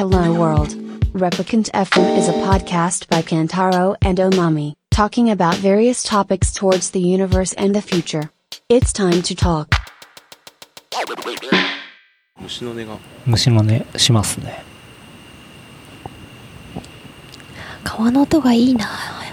Hello World. Replicant FM is a podcast by Kantaro and Omami, talking about various topics towards the universe and the future. It's time to talk. 虫の音しますね。 川の音がいいな。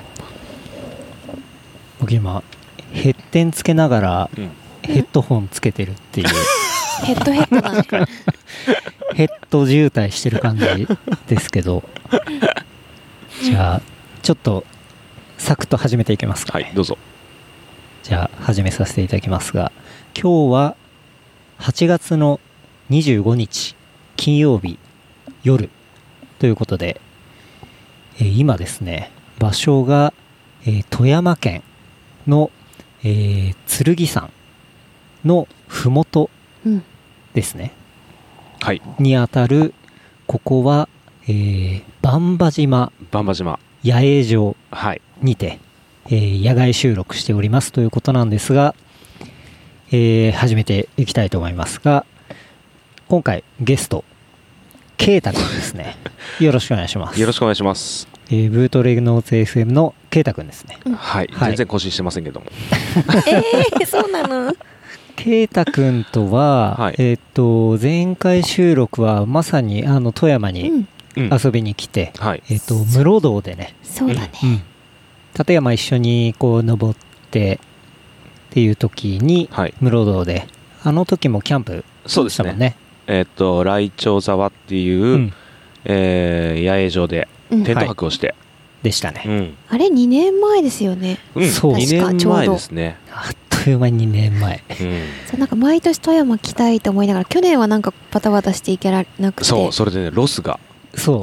僕今ヘッテンつけながらヘッドホンつけてるっていう、 ヘッドだね。 ヘッド渋滞してる感じですけどじゃあちょっとサクッと始めていきますかね。 はい、どうぞ。 じゃあ始めさせていただきますが、今日は8月の25日金曜日夜ということで、今ですね、場所が、富山県の、剣山のふもとですね、 はい、 にあたる、ここは、番場島野営場にて、野外収録しておりますということなんですが、始めていきたいと思いますが、今回ゲストケイタ君ですね。よろしくお願いします。 よろしくお願いします。 ブートレグノーツ FM のケイタ君ですね。 はい、全然更新してませんけども。 そうなの。 ケイタ君とは、はい、前回収録はまさに富山に遊びに来て、はい、室堂でね、 そうだね、 立山一緒にこう登ってっていう時に、はい、室堂で時もキャンプしたもんね。 来鳥沢っていう、野営場でテント泊をして、 でしたね、 あれ2年前ですよね。 そう、2年前ですね。 あっという間に2年前、 そう、なんか毎年富山来たいと思いながら、去年はなんかバタバタしていけなくて、 そう、それでね、ロスがそう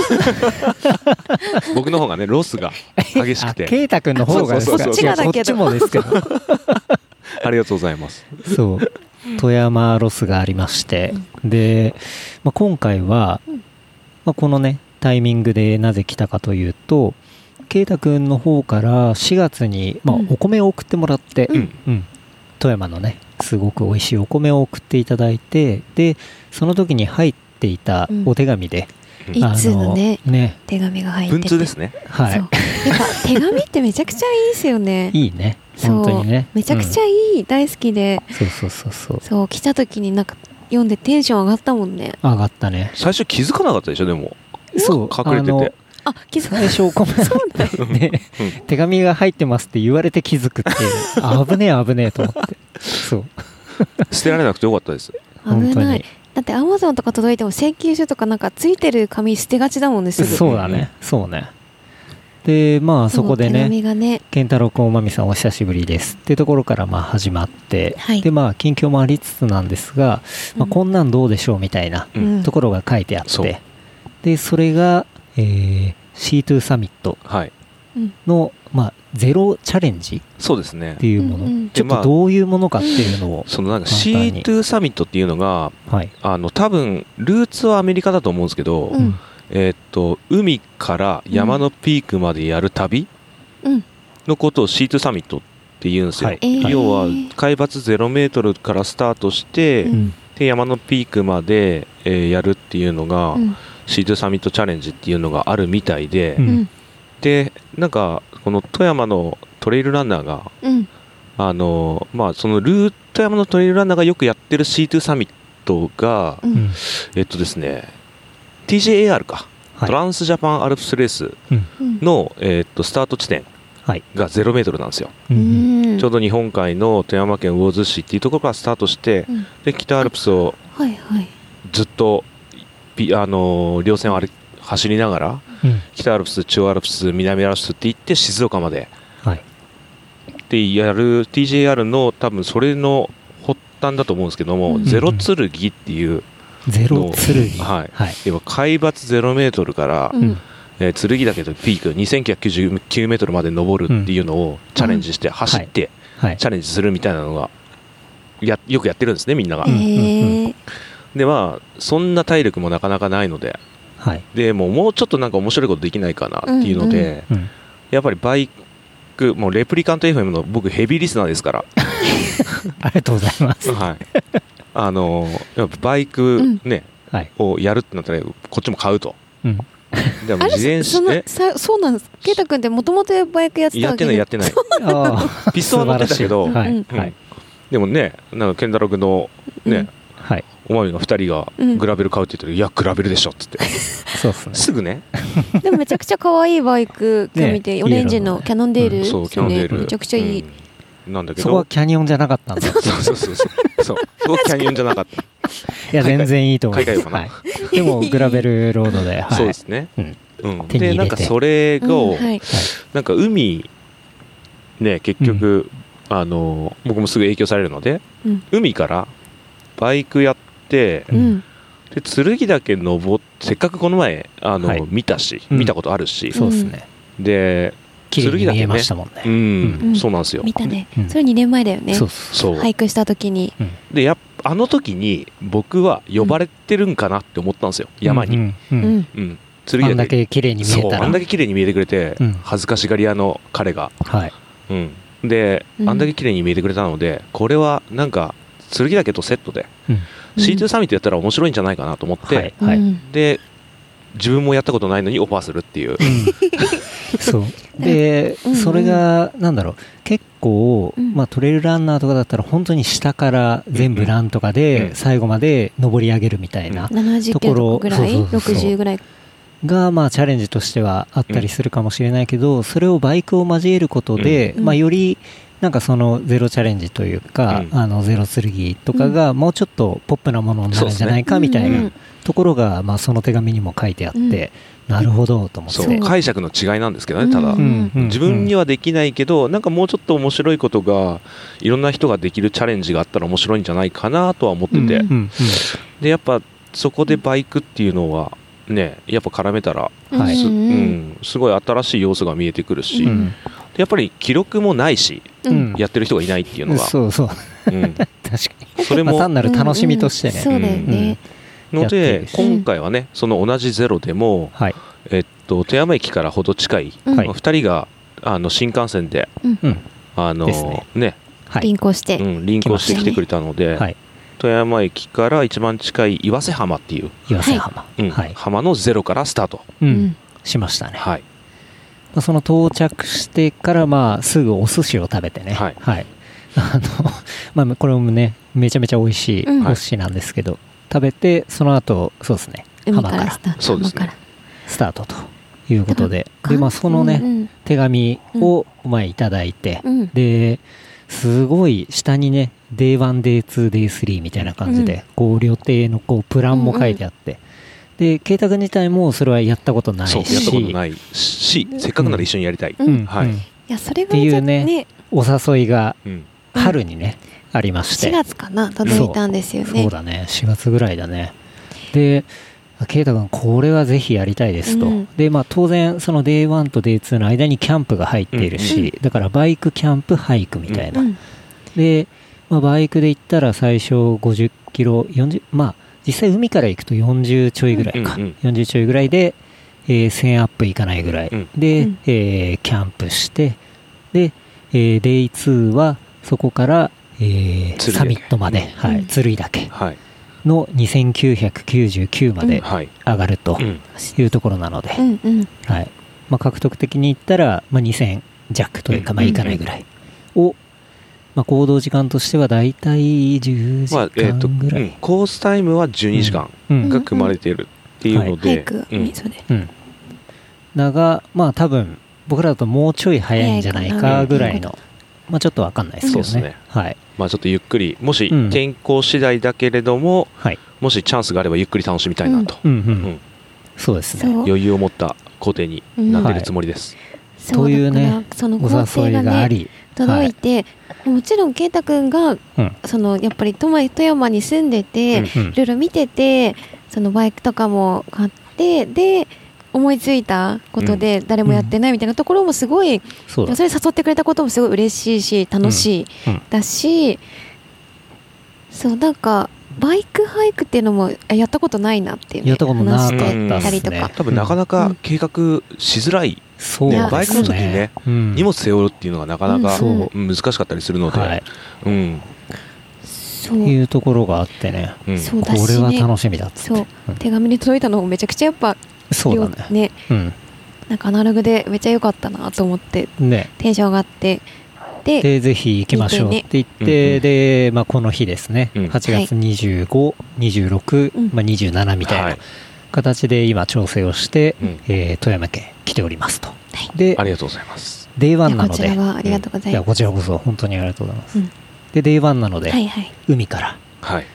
僕の方がね、ロスが激しくて、 ケイタ君の方がですか。 こっちがだけど、 こっちもですけどありがとうございます。 そう、富山ロスがありまして、で、今回は、このねタイミングでなぜ来たかというと、ケイタ君の方から4月に、お米を送ってもらって、富山のねすごく美味しいお米を送っていただいて、でその時に入っていたお手紙で、 一通のね手紙が入ってて、 文通ですね。 はい。 やっぱ手紙ってめちゃくちゃいいですよね。 いいね、本当にね、 めちゃくちゃいい、大好きで、そう来た時になんか読んでテンション上がったもんね。 上がったね。 最初気づかなかったでしょ。でもそう、 隠れてて、 気づか最初ごめんそうね、手紙が入ってますって言われて気づくっていう危ねえと思って、そう捨てられなくてよかったです。 危ない。だってアマゾンとか届いても請求書とかなんかついてる紙捨てがちだもんね、すぐ。 そうだね、そうね。でそこでね、健太郎君、おまみさんお久しぶりですっていうところから始まって、はい、で近況もありつつなんですが、こんなんどうでしょうみたいなところが書いてあって、でそれが、C2 サミットの、ゼロチャレンジっていうもの、ちょっとどういうものかっていうのを、 なんか C2 サミットっていうのが、多分ルーツはアメリカだと思うんですけど、海から山のピークまでやる旅のことを C2 サミットって言うんですよ。要は海抜0メートルからスタートして、で山のピークまで、やるっていうのが、C2 サミットチャレンジっていうのがあるみたいで、でなんかこの富山のトレイルランナーが、その富山のトレイルランナーがよくやってる C2 サミットが、ですね、TJAR か、トランスジャパンアルプスレースの、スタート地点が0メートルなんですよ。ちょうど日本海の富山県魚津市っていうところからスタートして、で北アルプスをずっと稜線を走りながら、北アルプス、中央アルプス、南アルプスって行って静岡まで、でやる TJR の多分それの発端だと思うんですけども、ゼロ剣っていうゼロ剣、 要は海抜0メートルから、剣岳とピーク2999メートルまで登るっていうのをチャレンジして、走ってチャレンジするみたいなのがよくやってるんですね、みんなが。でそんな体力もなかなかないので、でもうちょっとなんか面白いことできないかなっていうので、やっぱりバイク、もうレプリカント FM の僕ヘビーリスナーですからありがとうございます。 やっぱバイクね、 をやるってなったらこっちも買うと、 でも自転車そうなんです。圭太君ってもともとバイクやってたわけ？ やってないピストは乗ってたけど、でもね、なんか健太郎君のね、おまみが2人がグラベル買うって言ったら、いやグラベルでしょっつってそうですね、 すぐね。 でもめちゃくちゃ可愛いバイク今日見て、オレンジのキャノンデール、 そうキャノンデールめちゃくちゃいい。 なんだけどそこはキャニオンじゃなかったんだ。 そうそこはキャニオンじゃなかった。 いや全然いいと思います。 海外かな。 でもグラベルロードで、 そうですね。でなんかそれをなんか海ね、結局僕もすぐ影響されるので、海からバイクやってで剣岳登って、せっかくこの前見たことあるし、 そうですね。 で綺麗に見えましたもんね。 そうなんですよ。 見たね。それ2年前だよね。 そう俳句した時に。 であの時に僕は呼ばれてるんかなって思ったんですよ、山に。 剣岳あんだけ綺麗に見えたら、 あんだけ綺麗に見えてくれて、恥ずかしがり屋の彼が、であんだけ綺麗に見えてくれたので、これはなんか剣岳とセットで C2 サミットやったら面白いんじゃないかなと思って、で自分もやったことないのにオファーするっていう。 そうで、それがなんだろう、結構、トレイルランナーとかだったら本当に下から全部ランとかで最後まで登り上げるみたいなところぐらい、60ぐらいがチャレンジとしてはあったりするかもしれないけど、それをバイクを交えることで、よりなんかそのゼロチャレンジというか、ゼロ剣とかがもうちょっとポップなものになるんじゃないかみたいなところが、その手紙にも書いてあって、なるほどと思って。 そう解釈の違いなんですけどね、ただ自分にはできないけど、なんかもうちょっと面白いことがいろんな人ができるチャレンジがあったら面白いんじゃないかなとは思ってて、でやっぱそこでバイクっていうのはね、やっぱ絡めたらすごい新しい要素が見えてくるし、やっぱり記録もないし、やってる人がいないっていうのが、 そう確かにそれも単なる楽しみとしてね、 そうだよね。 ので今回はね、その同じゼロでも富山駅からほど近い2人が新幹線で臨行してきてくれたので、富山駅から一番近い岩瀬浜っていう浜のゼロからスタートしましたね。その到着してからすぐお寿司を食べてね、これもねめちゃめちゃ美味しいお寿司なんですけど、食べてその後そうですね、浜からスタートということで、そのね手紙をいただいて、ですごい下にね Day1 Day2 Day3 みたいな感じでこう旅程のこうプランも書いてあって、で圭太君自体もそれはやったことないし、 やったことないし、せっかくなら一緒にやりたい、いやそれがっていうねお誘いが春にねありまして、 4月かな届いたんですよね。 そうだね、4月ぐらいだね。で圭太君これはぜひやりたいですと、で当然その Day1 と Day2 の間にキャンプが入っているし、だからバイクキャンプハイクみたいな、で、バイクで行ったら最初50キロ40、実際海から行くと40ちょいぐらいか、40ちょいぐらいで、1000アップいかないぐらいで、キャンプして、で、Day2 はそこからサミットまで、剣岳の2999まで上がるというところなので、獲得的に言ったら、2000弱というか、いかないぐらいを、行動時間としてはだいたい10時間ぐらい、 コースタイムは12時間が組まれているっていうので、 だが多分僕らだともうちょい早いんじゃないかぐらいの、ちょっと分かんないですけどね。 ちょっとゆっくり、もし天候次第だけれども、もしチャンスがあればゆっくり楽しみたいなと、 そうですね、 余裕を持った工程になっているつもりです。 というねお誘いがあり届いて、もちろん圭太君がやっぱり富山に住んでて、いろいろ見てて、そのバイクとかも買って、で思いついたことで誰もやってないみたいなところもすごい、それ誘ってくれたこともすごい嬉しいし楽しいだし、そうなんかバイクハイクっていうのもやったことないなっていう、 やったことなかったたりとか、 多分なかなか計画しづらい、バイクの時にね、荷物背負うっていうのがなかなか難しかったりするので、 いうところがあってね、 そうだしね、 これは楽しみだっつって。 手紙に届いたのもめちゃくちゃやっぱそうだね。 なんかアナログでめっちゃ良かったなと思って、テンション上がって。 でぜひ行きましょうって言って、で、この日ですね、8月25、26、27みたいな形で今調整をして、富山県来ておりますと。 で、ありがとうございます。 デイワンなので、 こちらはありがとうございます。 こちらこそ本当にありがとうございます。で、デイワンなので、海から、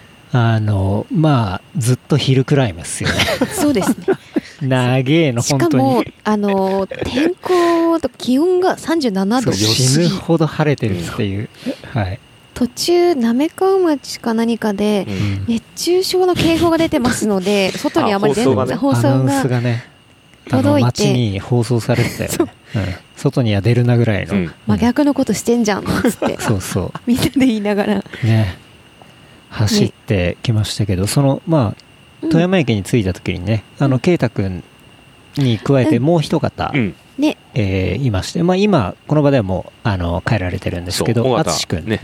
ずっとヒルクライムですよね。 そうですね。 長えの、本当に。 しかも、天候と気温が37度。 死ぬほど晴れてるっていう。 途中、滑川町か何かで、熱中症の警報が出てますので、外にあまり放送がね、 届いて。 街に放送されてたよね。外には出るなぐらいの。 真逆のことしてんじゃん、つって。 そうそう。 みんなで言いながら。 ね。走ってきましたけど、その、富山駅に着いた時にね、圭太君に加えてもう一方、いまして、今この場ではもう帰られてるんですけど、淳君ね、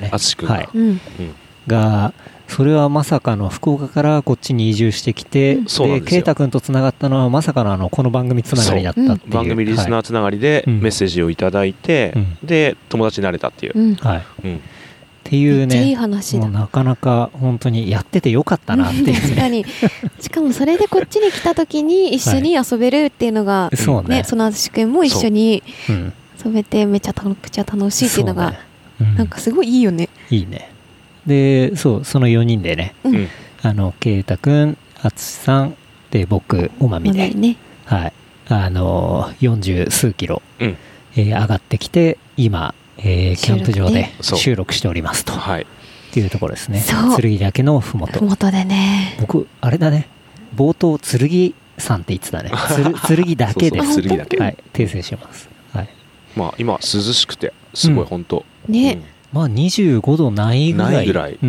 がそれはまさかの福岡からこっちに移住してきて、で圭太君とつながったのはまさかのこの番組つながりだったっていう、 番組リスナーつながりでメッセージをいただいて、で友達になれたっていう、 っていうね、 いい話だ。 もうなかなか本当にやっててよかったなっていう、ね、 確かに。しかもそれでこっちに来た時に一緒に遊べるっていうのが、その淳君も一緒に遊べてめちゃくちゃ楽しいっていうのが、なんかすごいいいよね。 いいね。で、その4人でね、圭太君、淳さんで僕、おまみで、40数キロ、上がってきて、今、キャンプ場で収録しておりますというところですね。剣岳のふもとでね。 僕あれだね、冒頭剣さんって言ってたね。剣だけで剣だけ、 訂正します。 今涼しくてすごい本当ね。 25度ないぐらい、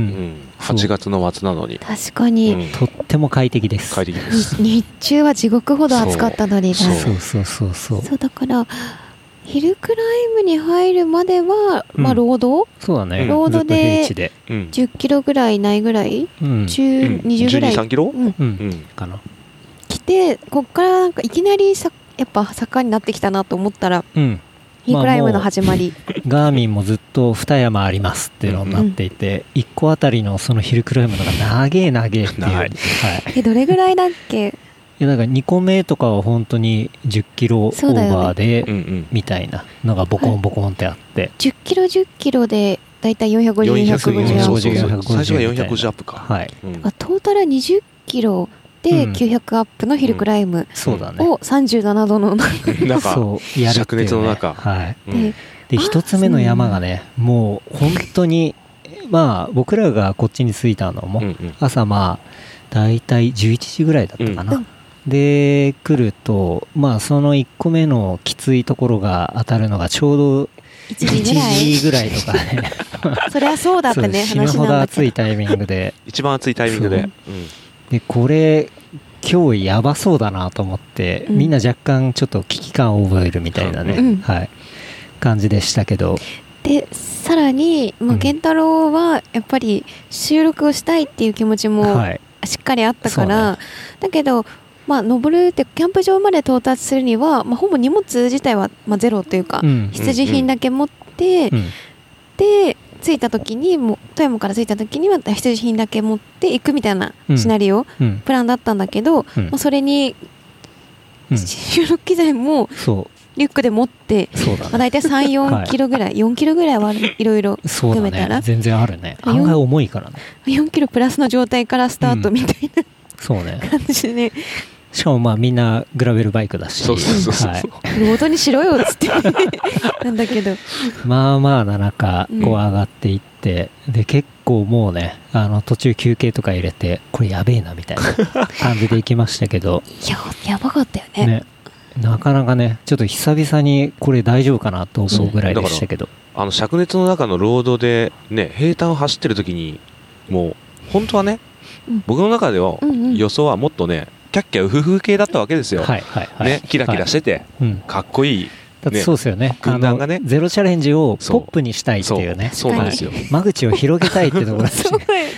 8月の末なのに確かにとっても快適です。 日中は地獄ほど暑かったのに、 そうだからヒルクライムに入るまでは、ロード、 そうだね、 ロードで10キロぐらいないぐらい、20ぐらい、 12、3キロかな。 来て、こっからなんかいきなりやっぱ坂になってきたなと思ったら、ヒルクライムの始まり。 ガーミンもずっと2山ありますっていうのになっていて、1個あたりのそのヒルクライムのが長えっていう。 どれぐらいだっけ？ だから2個目とかは本当に10キロオーバーでみたいなのがボコンボコンってあって、 10キロでだいたい450、250アップ、 最初は450アップか、 トータル20キロで900アップのヒルクライムを37度の中灼熱の中、 で1つ目の山がね、もう本当に僕らがこっちに着いたのも朝だいたい11時ぐらいだったかな。で来るとその1個目のきついところが当たるのがちょうど1時ぐらいとかね。 それはそうだったね。 死ぬほど暑いタイミングで、 一番暑いタイミングで、 でこれ今日やばそうだなと思って、みんな若干ちょっと危機感を覚えるみたいなね、感じでしたけど、 でさらに健太郎はやっぱり収録をしたいっていう気持ちもしっかりあったから、だけど登るってキャンプ場まで到達するには、ほぼ荷物自体はゼロというか、必需品だけ持って、で着いた時に富山から着いた時には必需品だけ持っていくみたいなシナリオ、プランだったんだけど、それに収録機材もリュックで持って、だいたい3、4キロぐらい、4キロぐらいはいろいろ含めたら、 全然あるね。案外重いからね。 4キロプラスの状態からスタートみたいな感じでね。 しかもみんなグラベルバイクだし、ロードにしろよっつってなんだけど、 な中こう上がっていって、で結構もうね、途中休憩とか入れて、これやべえなみたいな感じで行きましたけど、 やばかったよね。 なかなかね、ちょっと久々にこれ大丈夫かなと思うぐらいでしたけど、 灼熱の中のロードでね、平坦を走ってる時にもう本当はね、僕の中では予想はもっとね、キャッキャウフフ系だったわけですよ。ね、キラキラしてて、かっこいい。 だってそうですよね。 軍団がね、 ゼロチャレンジをポップにしたいっていうね。 そうなんですよ。 間口を広げたいってところですね。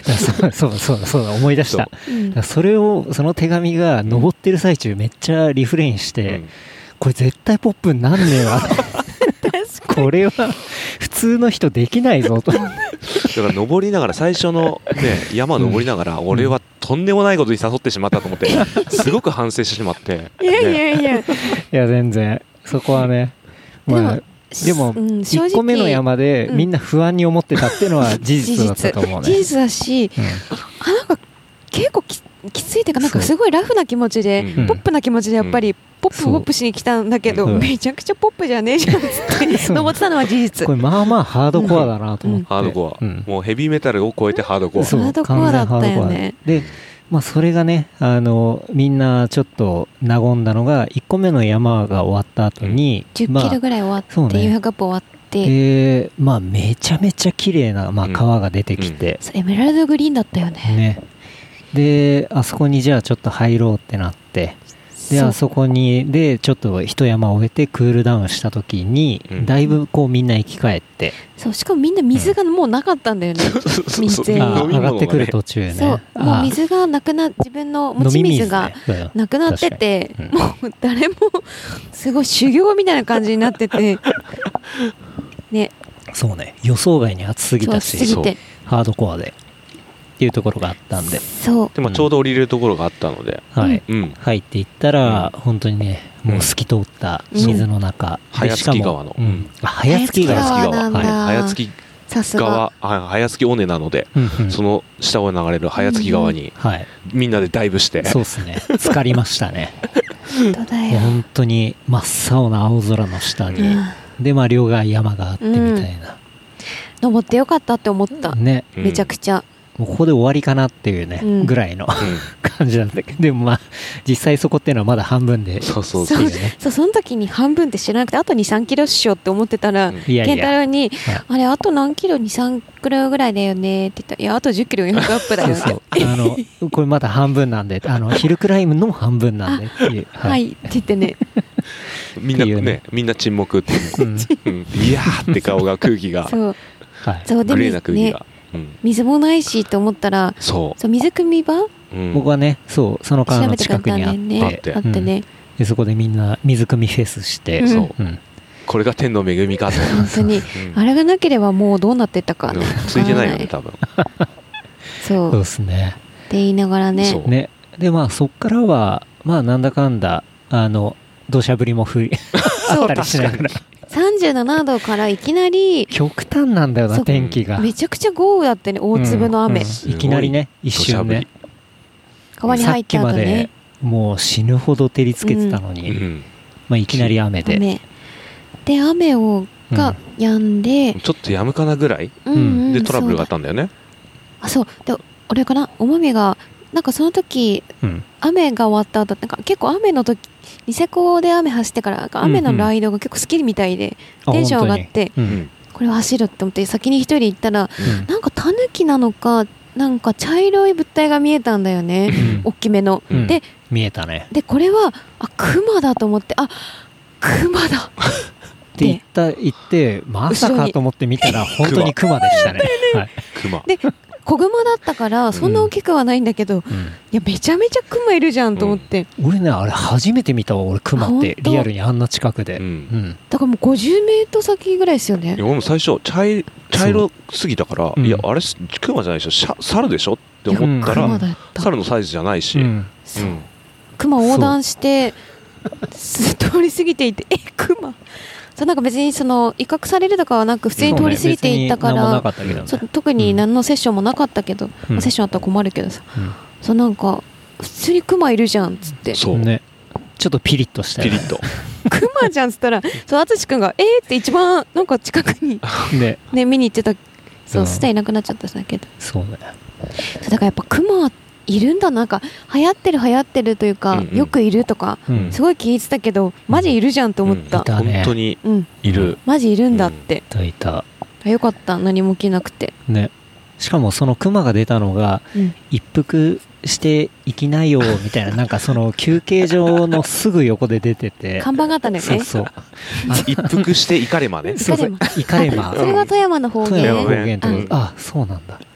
そう思い出した。それをその手紙が登ってる最中めっちゃリフレインして、これ絶対ポップになんねえわ。これは普通の人できないぞと。だから登りながら最初のね山登りながら俺はとんでもないことに誘ってしまったと思ってすごく反省してしまって。 いや全然そこはね。でも1個目の山でみんな不安に思ってたっていうのは事実だったと思うね。 事実だし、なんか結構きついというかなんかすごいラフな気持ちでポップな気持ちでやっぱりポップしに来たんだけど、めちゃくちゃポップじゃねえじゃんっつって登ってたのは事実。 これまあまあハードコアだなと思って。 ハードコア、もうヘビーメタルを超えてハードコア。 ハードコアだったよね。 でそれがねみんなちょっと和んだのが1個目の山が終わった後に 10キロぐらい終わって夕食終わってめちゃめちゃ綺麗な川が出てきて、 エメラルドグリーンだったよね。 であそこにじゃあちょっと入ろうってなって、であそこにでちょっと一山終えてクールダウンした時に、だいぶこうみんな生き返って、 そうしかもみんな水がもうなかったんだよね。水上がってくる途中ね。 そうもう水がなくな自分の持ち水がなくなってて、もう誰もすごい修行みたいな感じになっててね。 そうね、予想外に暑すぎたしハードコアでっていうところがあったんで、 そうでもちょうど降りれるところがあったので、 入っていったら本当にねもう透き通った水の中、 早月川の早月川早月尾根なので、その下を流れる早月川にみんなでダイブして、 そうですね、浸かりましたね。本当に真っ青な青空の下に、で両側山があってみたいな、 登ってよかったって思ったね。めちゃくちゃもうここで終わりかなっていうね、ぐらいの感じなんだけど、でも実際そこっていうのはまだ半分で、 そうその時に半分って知らなくて、あと 2,3 キロっしょって思ってたら、健太郎にあれあと何キロ 2,3 キロぐらいだよねって言ったら、いやあと10キロ400アップだよってこれまだ半分なんで、ヒルクライムの半分なんでっていう、 はいって言ってね、 みんな沈黙っていやーって顔が空気がグレーな空気が、 水もないしと思ったら、そう水汲み場、 僕はねその川の近くにあってね、 でそこでみんな水汲みフェスして、 これが天の恵みかと。 本当にあれがなければもうどうなってたかついてないよね多分。 そうですねって言いながらね。 でそっからはなんだかんだ土砂降りも降りあったりしながら。 37度からいきなり極端なんだよな、天気がめちゃくちゃ豪雨だってね、大粒の雨、 いきなりね、一瞬ね、 川に入った後ね、さっきまでもう死ぬほど照りつけてたのに、いきなり雨で雨が止んで、 ちょっと止むかなぐらいでトラブルがあったんだよね。 そうで俺かな、おまみがなんかその時、雨が終わった後なんか結構雨の時ニセコで雨走ってから雨のライドが結構好きみたいで、テンション上がって、これを走るって思って先に一人で行ったら、なんかタヌキなのかなんか茶色い物体が見えたんだよね、大きめの、で見えたね。 でこれはクマだと思って、クマだって言ってまさかと思って見たら本当にクマでしたね。 クマで子グマだったからそんな大きくはないんだけど、いやめちゃめちゃクマいるじゃんと思って、 俺ねあれ初めて見たわ、俺クマってリアルにあんな近くで、 だからもう50メートル先ぐらいですよね。 俺も最初茶色すぎたから、いやあれクマじゃないでしょ、猿でしょって思ったら、猿のサイズじゃないし、 クマ横断して通り過ぎていて、クマなんか別に威嚇されるとかはなく普通に通り過ぎていったから、特に何のセッションもなかったけど、セッションあったら困るけどさ、なんか普通にクマいるじゃんっつって、 そうね、ちょっとピリッとしたよね、 クマじゃんっつったら淳君がって一番なんか近くにね見に行ってた、そしたらいなくなっちゃったんだけど、 そうね、 だからやっぱクマいるんだ、なんか流行ってるというか、よくいるとか、すごい聞いてたけどマジいるじゃんと思った、 本当にいる、 マジいるんだって、 いたよかった、何も起きなくてね。しかもそのクマが出たのが、一服していきなよみたいな、なんかその休憩所のすぐ横で出てて看板があったんだよね。 一服してイカレマね。 イカレマ、 それが富山の方言と、そうなんだ。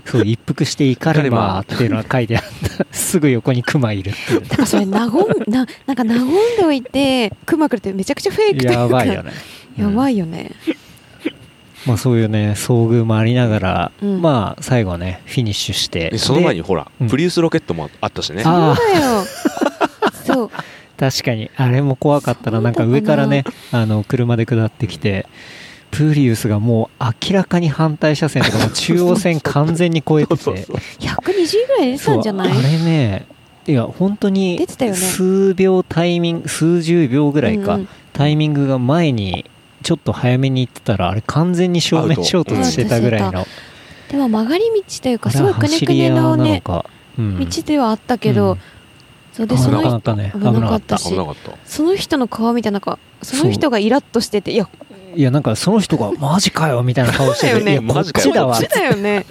そう一服してイカレマーっていうのが書いてあったすぐ横にクマいるっていう。 だからそれなんか和んでおいてクマ来るってめちゃくちゃフェイクというかやばいよね。 やばいよね。 まあそういうね遭遇もありながら、まあ最後ねフィニッシュして、 その前にほら、プリウスロケットもあったしね。 そうだよ。そう確かにあれも怖かったな。なんか上からね車で下ってきてプリウスがもう明らかに反対車線とかも中央線完全に越えてて 120ぐらい出てたんじゃない？ あれね、いや本当に数秒タイミング、数十秒ぐらいか、タイミングが前にちょっと早めに行ってたらあれ完全に正面衝突してたぐらいの。 でも曲がり道というかすごいくねくねのね道ではあったけど、そうでその人危なかったし、その人の顔見たなんかその人がイラッとしてて、いやなんかその人がマジかよみたいな顔してて、いやこっちだわこっちだよね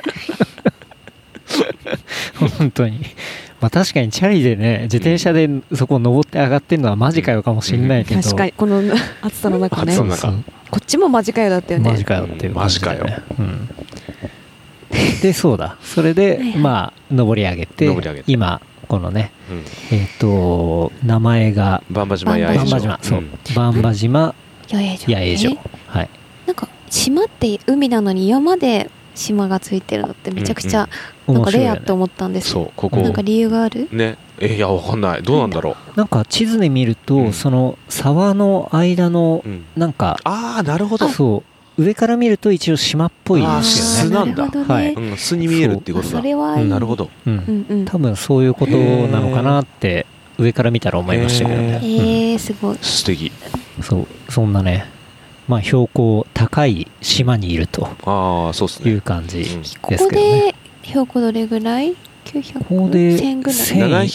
本当に。まあ確かにチャリでね自転車でそこを登って上がってるのはマジかよかもしれないけど、 確かにこの暑さの中ねこっちもマジかよだったよね。 マジかよっていうマジかよ。 でそうだ、それでまあ登り上げて今このね名前がバンバ島八重城、 そうバンバ島八重城、はい。 なんか島って海なのに山で島がついてるのってめちゃくちゃなんかレアと思ったんです。 そうここなんか理由がある？ ね、いやわかんない、どうなんだろう。なんか地図で見るとその沢の間のなんかなるほど、 そう上から見ると一応島っぽいですよね。 巣なんだ。はい。巣に見えるっていうことだ。 それはいい。 なるほど。 多分そういうことなのかなって上から見たら思いましたけどね。 すごい。 素敵。 そんなね、まあ標高高い島にいるという感じですけどね。 ここで標高どれぐらい？900、1000ぐらい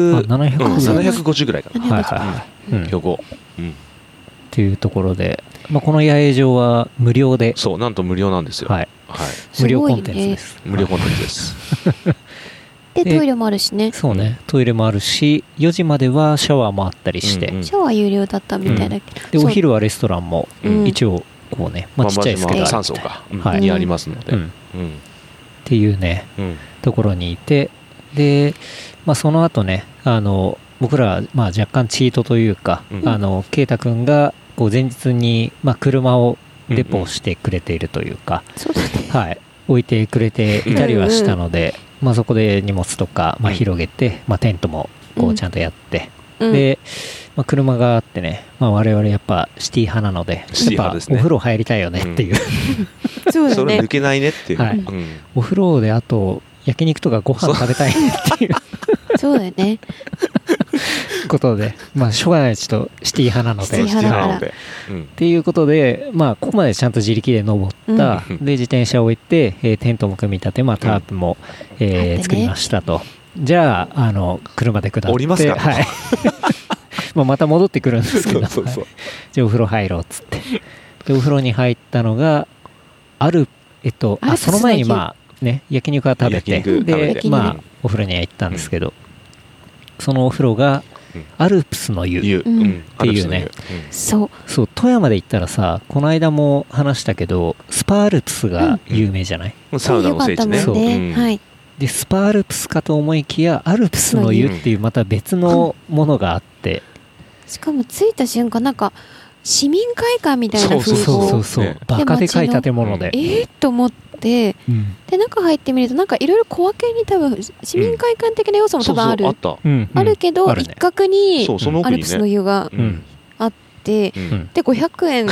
750ぐらいかな。 はいはい。 標高。 っていうところで、まあ、この八重城は無料で、 そうなんと無料なんですよ。はい。 無料コンテンツです。 無料コンテンツです。 でトイレもあるしね。 そうね、トイレもあるし、4時まではシャワーもあったりして、 シャワー有料だったみたいだけど、 でお昼はレストランも一応こうね、まあちっちゃいですけど 3層かにありますので、 っていうねところにいて、でまあその後ね僕らはまあ若干チートというか、圭太君がこう前日にまあ車をデポしてくれているというか、はい、置いてくれていたりはしたので、まあそこで荷物とかまあ広げて、まあテントもこうちゃんとやって、で、まあ、車があってね、まあ我々やっぱシティ派なので、やっぱお風呂入りたいよねっていう、 そうだね。 それ抜けないねっていう。 お風呂であと焼肉とかご飯食べたいねっていうそうだよね。 ことで、まあしょうがない、ちょっとシティ派なので、 シティ派だからっていうことで、まあここまでちゃんと自力で登った、で自転車を置いて、テントも組み立て、まあタープも、作りましたと。じゃあ車で下って降りますか、 はい。まあまた戻ってくるんですけど、じゃあお風呂入ろうっつって、でお風呂に入ったのがその前にまあね焼肉は食べて、でまあお風呂には行ったんですけど、そのお風呂がアルプスの湯っていうね、そう富山で行ったらさ、この間も話したけどスパアルプスが有名じゃない？ サウナの聖地ね。そうでスパアルプスかと思いきやアルプスの湯っていうまた別のものがあって、 しかも着いた瞬間なんか市民会館みたいな風貌、 そうバカでかい建物でと思って、で中入ってみるとなんかいろいろ小分けに多分市民会館的な要素も多分ある、あるけど一角にアルプスの湯があって、で500円、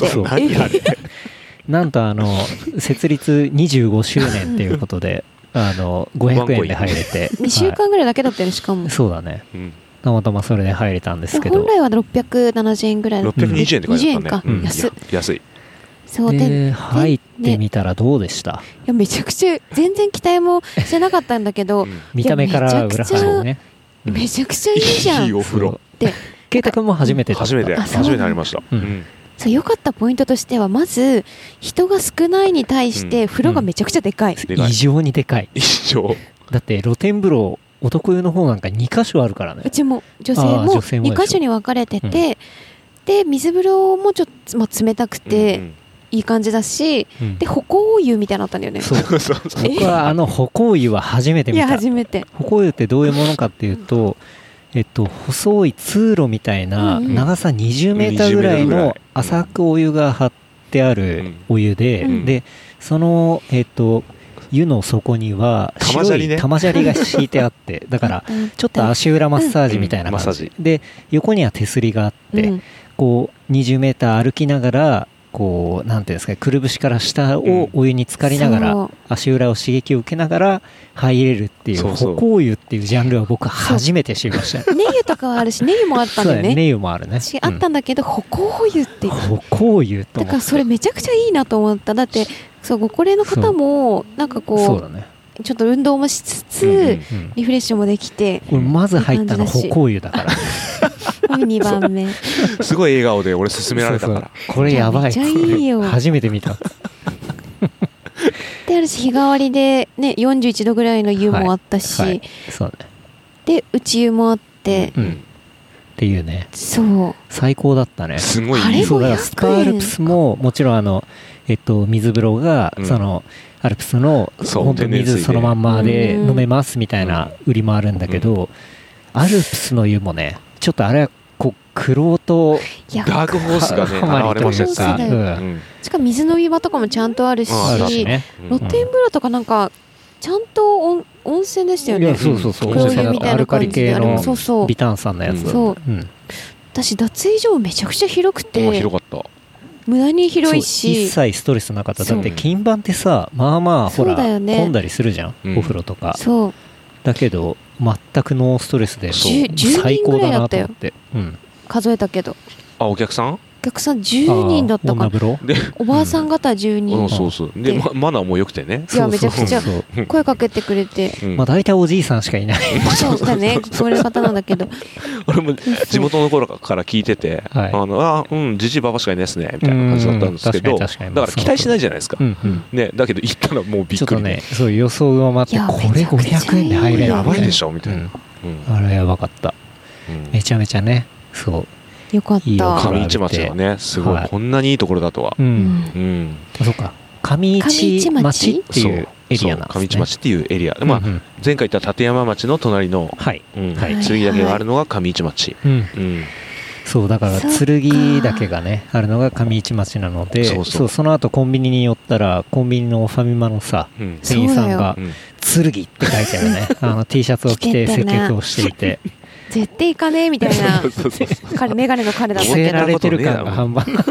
なんと設立25周年っていうことで500円で入れて 2週間ぐらいだけだったよね。しかもそうだね、たまたまそれで入れたんですけど、 本来は670円ぐらい、 620円って書いてあったね。安い。 そうで入ってみたらどうでした？ いやめちゃくちゃ全然期待もしてなかったんだけど、 見た目から裏腹ね、 めちゃくちゃいいじゃん。 いいお風呂で、圭太君も初めて入りました。 そう良かったポイントとしては、まず人が少ないに対して風呂がめちゃくちゃでかい、 異常にでかい。だって露天風呂男湯の方なんか2箇所あるからね。 うちも女性も2箇所に分かれてて、で水風呂もちょっと、まあ、冷たくて、 いい感じだし、で歩行湯みたいなのあったんだよね。 そう僕は歩行湯は初めて見た。 いや初めて。 歩行湯ってどういうものかっていうと、細い通路みたいな長さ20メーターぐらいの浅くお湯が張ってあるお湯で、でその湯の底には白い玉砂利が敷いてあってだからちょっと足裏マッサージみたいな感じで、横には手すりがあって、こう20メーター歩きながらこうなんていうんですか、くるぶしから下をお湯に浸かりながら、足裏を刺激を受けながら入れるっていう歩行湯っていうジャンルは僕初めて知りました。 ネ湯とかはあるし、ネ湯もあったんだよね。 ネ湯もあるね。 あったんだけど、歩行湯って歩行湯とだからそれめちゃくちゃいいなと思った。だってそうご高齢の方もなんかこう、そうだね、ちょっと運動もしつつ、リフレッシュもできて、 まず入ったの歩行湯だから 2番目すごい笑顔で俺勧められたから、 これやばい、 めっちゃいいよ初めて見たであるし、日替わりでね41度ぐらいの湯もあったし、 そうね、 で内湯もあって、 っていうね、 そう最高だったね。 すごいいい。そうだからスパアルプスももちろん水風呂がそのアルプスの本当に水そのまんまで飲めますみたいな売りもあるんだけど、アルプスの湯もね、ちょっとあれはこうクロートダークホースがね現れましたね。 しかも水飲み場とかもちゃんとあるし、露天風呂とかなんかちゃんと温泉でしたよね。 そうそうそう、黒湯みたいな感じで、微炭酸のやつ。 そう、私脱衣所めちゃくちゃ広くて、 広かった。 無駄に広いし、 一切ストレスなかった。だって金盤ってさ、まあまあほら混んだりするじゃん、お風呂とか。そうだけど全くノーストレスで最高だなと思って。 数えたけど、 お客さん 10人だったかな。おばあさん方10人。 そうそう。でマナーも良くてね。 いやめちゃくちゃ声かけてくれて。 まあ大体おじいさんしかいない。 そうだね、これ方なんだけど。 俺も地元の頃から聞いてて、じじばばしかいないですねみたいな感じだったんですけど、だから期待しないじゃないですか。ね、だけど行ったらもうびっくり。 ちょっとね、そう予想上回って、これ500円で入れる。 やばいでしょみたいな。 あれやばかった。めちゃめちゃね、そう。 よかった。 上市町はね、すごい、こんなにいいところだとは。 そうか。上市町っていうエリアなんですね。 上市町っていうエリア。まあ前回言った立山町の隣の剣岳があるのが上市町。 そうだから剣岳がねあるのが上市町なので、その後コンビニに寄ったらコンビニのファミマのさ店員さんが剣って書いてあるね。T シャツを着て接客をしていて。 絶対行かねえみたいなメガネの彼だったけど、 られてる感が半端なかった。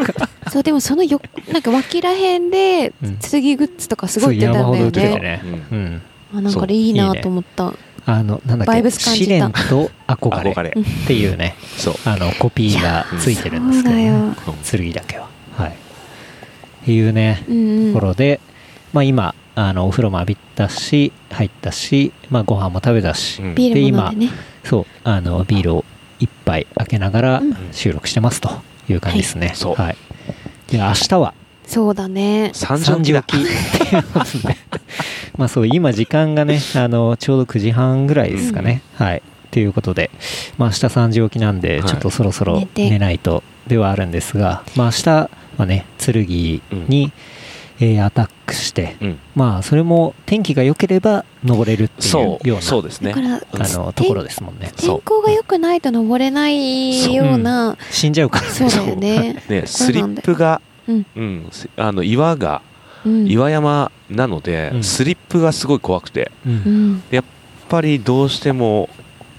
そうでもそのなんか脇らへんで剣グッズとかすごい売ってたんだよね。なんかいいなと思った。 なんだっけ、試練と憧れっていうね、コピーがついてるんですけどね、剣だけは。はい。っていうねところで、まあ今お風呂も浴びたし入ったし、まあご飯も食べたし、で今そうビールを一杯開けながら収録してますという感じですね。はい。で明日はそうだね、 3時起きまあそう今時間がねちょうど9時半ぐらいですかね。はい。ということで、まあ明日3時起きなんでちょっとそろそろ寝ないとではあるんですが、まあ明日はね剣にアタックして、まあそれも天気が良ければ登れるっていうようなところですもんね。 天候が良くないと登れないような、 死んじゃうから。 そうだよね。 スリップが岩が岩山なのでスリップがすごい怖くて、やっぱりどうしても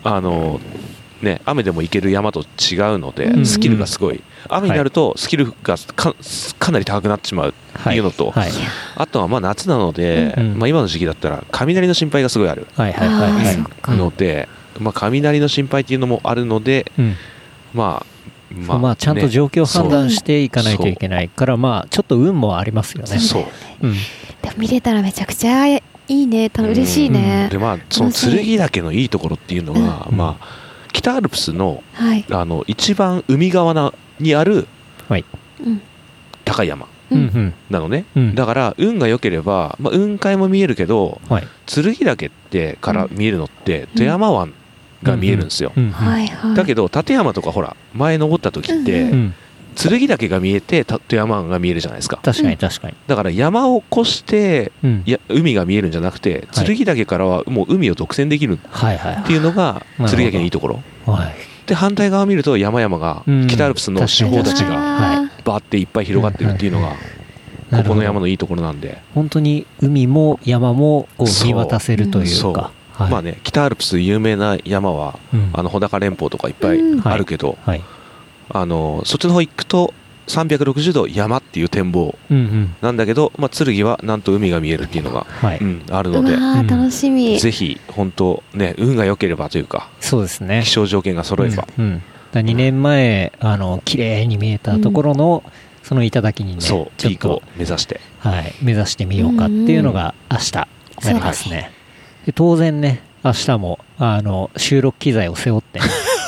雨でも行ける山と違うのでスキルがすごい、雨になるとスキルがかなり高くなってしまうっていうのと、あとはまあ夏なので、まあ今の時期だったら雷の心配がすごいあるので、まあ雷の心配っていうのもあるので、まあちゃんと状況判断していかないといけないから、まあちょっと運もありますよね。 そう。でも見れたらめちゃくちゃいいね、嬉しいね。 でまあその剣岳のいいところっていうのが、まあ北アルプスの一番海側にある高い山なのね。だから運が良ければ、まあ雲海も見えるけど、剣岳ってから見えるのって富山湾が見えるんですよ。だけど立山とかほら前登った時って剣岳が見えて富山湾が見えるじゃないですか。 確かに確かに。 だから山を越して、海が見えるんじゃなくて、剣岳からはもう海を独占できるっていうのが剣岳のいいところ。で反対側を見ると山々が、北アルプスの四方立ちがバーっていっぱい広がってるっていうのが、ここの山のいいところなんで、 本当に海も山もこう見渡せるというか。 まあね、北アルプス有名な山は、穂高連峰とかいっぱいあるけど、そっちの方行くと360度山っていう展望なんだけど、剣はなんと海が見えるっていうのが、あるので、 楽しみ。 ぜひ本当ね、運が良ければというか、 そうですね、 気象条件が揃えば、 2年前綺麗に見えたところの、その頂にね、 ピークを目指して、 目指してみようかっていうのが明日なりますね。で当然ね、明日も収録機材を背負ってね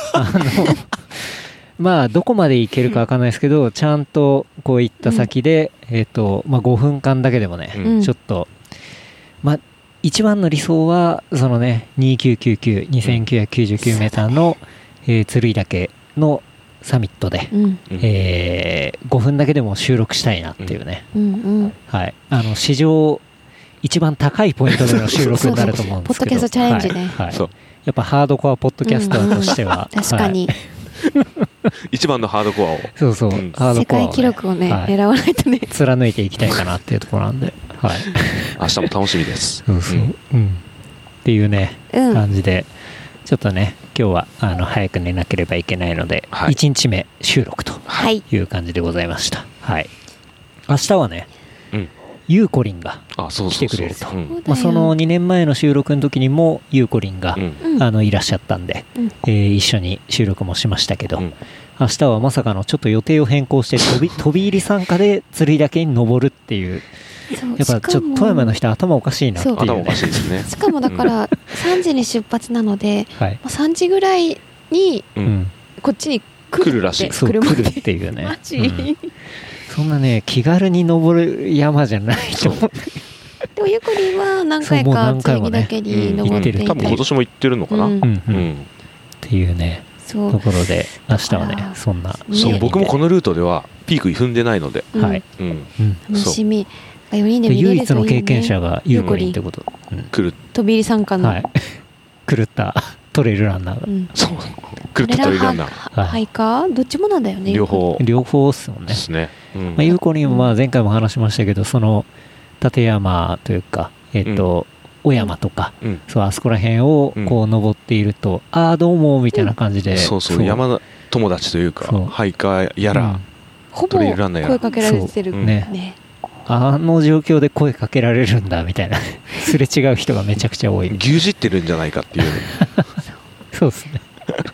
どこまで行けるか分かんないですけど、ちゃんとこう行った先で、5分間だけでもね、ちょっと一番の理想はそのね、2999 2999メーターの、剣岳のサミットで、5分だけでも収録したいなっていうね、史上一番高いポイントでの収録になると思うんですけど、 ポッドキャストチャレンジね、 やっぱハードコアポッドキャスターとしては確かに、 一番のハードコアを、 ハードコアを、 世界記録をね、狙わないとね、 貫いていきたいかなっていうところなんで、 明日も楽しみです。 っていうね、感じで、ちょっとね、今日は早く寝なければいけないので、1日目収録という感じでございました。明日はね、ゆうこりんが来てくれると。その2年前の収録の時にもゆうこりんがいらっしゃったんで、一緒に収録もしましたけど、明日はまさかのちょっと予定を変更して飛び入り参加で剣岳に登るっていう、やっぱちょっと富山の人頭おかしいなっていうね。 頭おかしいですね。 しかもだから3時に出発なので、3時ぐらいにこっちに来るらしい。 来るっていうね。そんなね、気軽に登る山じゃないと思う。 でもゆこりんは何回か剣岳に登っていて、 多分今年も行ってるのかな、 っていうねところで、明日はね、そんな、 僕もこのルートではピーク踏んでないので、 楽しみ。4人で見れるといいね。 唯一の経験者がゆうこりんってこと。 飛び入り参加の狂ったトレイルランナーが、 そう狂ったトレイルランナー、 ハイカーどっちもなんだよね。 両方っすもんね。ゆうこりんは前回も話しましたけど、その立山というか、小山とか、あそこら辺をこう登っていると、どうもみたいな感じで、 山友達というか、ハイカーやらトレイルランナーやら声かけられてるね。 あの状況で声かけられるんだみたいなすれ違う人がめちゃくちゃ多い。 牛耳ってるんじゃないかっていうそうですね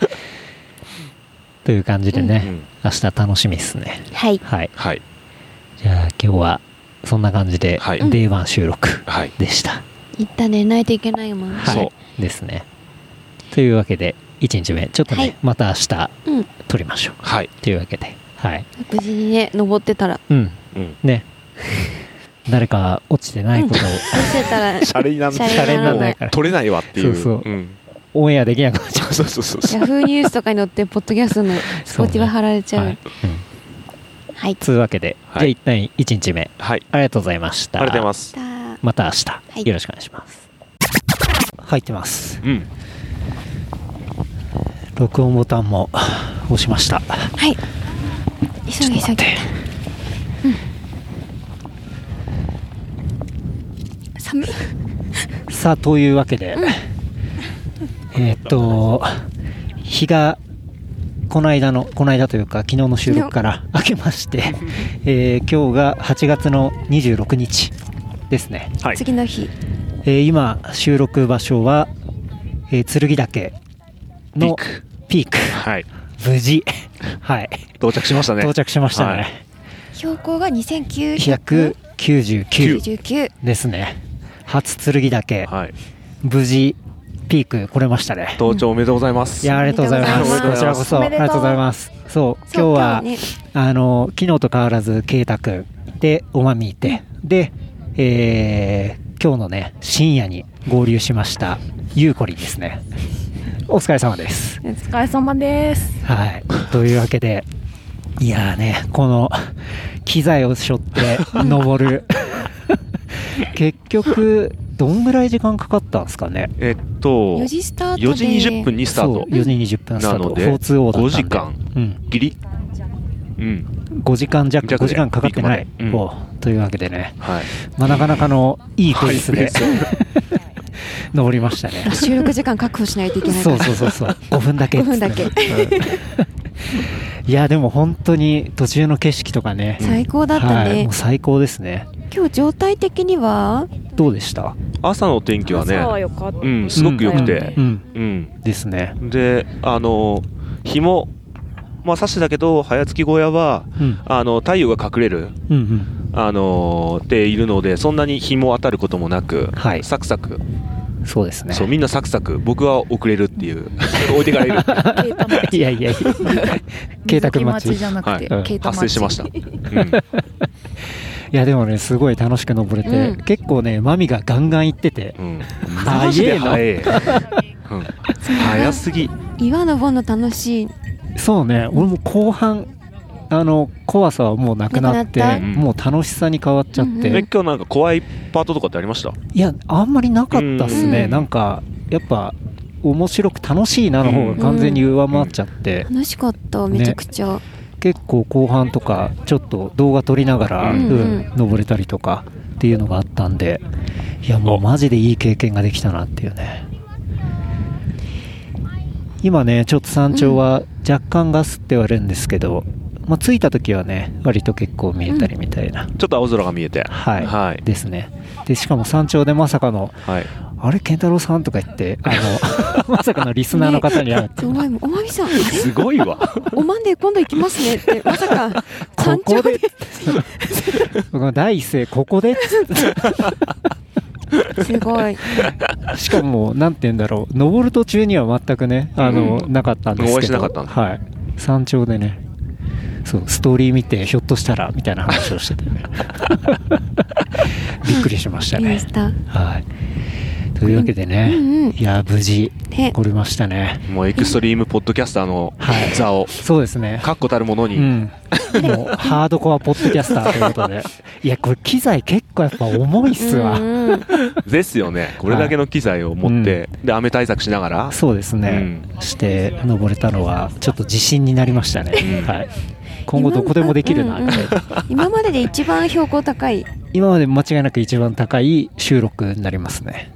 という感じでね、明日楽しみですね。 はい、 じゃあ今日はそんな感じで、Day 1収録でした。 一旦寝ないといけないもんね。 そうですね。というわけで1日目ちょっとね、また明日撮りましょう。というわけで、 無事にね登ってたら、 ね誰か落ちてないことを落ちてたらシャレになんないから取れないわっていう、 オンエアできなくなっちゃう。 ヤフーニュースとかに載ってポッドキャストのスポティは貼られちゃう。 というわけで、じゃあ一旦1日目、ありがとうございました。 ありがとうございます。 また明日よろしくお願いします。入ってます。録音ボタンも押しました。 急げ急げ。寒い。 さあというわけで、日がこの間というか昨日の収録から明けまして、今日が8月の26日ですね。 次の日。 今収録場所は、剣岳のピーク。無事到着しましたね。 標高が2999 ですね。初剣岳、無事ピーク来れましたね。 登頂おめでとうございます。 いや、ありがとうございます。こちらこそありがとうございます。今日は昨日と変わらず圭太くんでおまみいて、で、今日のね深夜に合流しましたゆうこりんですね。お疲れ様です。 お疲れ様です。 というわけでいやーね、この機材を背負って登る結局どんぐらい時間かかったんですかね。 4時スタートで 4時20分にスタート。 4時20分スタートなので 4-2-0 だったんで 5時間ギリ、 5時間弱、5時間かかってない、というわけでね、なかなかのいいペースで登りましたね。 収録時間確保しないといけないから。 そう5分だけ 5分だけいやでも本当に途中の景色とかね、 最高だったね。 もう最高ですね。 今日状態的にはどうでした？ 朝の天気はね、すごく良くて、 ですね。 で日も差してだけど早月小屋は、太陽が隠れる、っているので、そんなに日も当たることもなく、サクサク。 そうですね。 みんなサクサク、僕は遅れるっていう置いてかれるいや慶太君待ちじゃなくて、 発生しました。いやでもね、すごい楽しく登れて、結構ねマミがガンガン行ってて、 マジで早い。早すぎ。 岩登るの楽しい。 そうね、俺も後半怖さはもうなくなって、もう楽しさに変わっちゃって。 今日なんか怖いパートとかってありました？ いや、あんまりなかったっすね。なんかやっぱ面白く楽しいなの方が完全に上回っちゃって、 楽しかった、めちゃくちゃ、 結構後半とかちょっと動画撮りながら、登れたりとかっていうのがあったんで、いやもうマジでいい経験ができたなっていうね。今ねちょっと山頂は若干ガスって言われるんですけど、着いた時はね割と結構見えたりみたいな、 ちょっと青空が見えて、 ですね。でしかも山頂でまさかの、あれ健太郎さんとか言ってまさかのリスナーの方に会って、 おまみさんすごいわおまんで今度行きますねってまさか山頂で僕の第一声ここですごい。 しかもなんて言うんだろう、登る途中には全くねなかったんですけど、 お会いしなかったんです。 山頂でね、ストーリー見てひょっとしたらみたいな話をしててねびっくりしましたね。というわけでね、いや無事来れましたね。 もうエクストリームポッドキャスターの座を、 そうですね、 確固たるものに、 もうハードコアポッドキャスターということでいやこれ機材結構やっぱ重いっすわですよね。これだけの機材を持って、で雨対策しながら、 そうですね、して登れたのはちょっと自信になりましたね。今後どこでもできるなって、 今までで一番標高高い、 今まで間違いなく一番高い収録になりますね。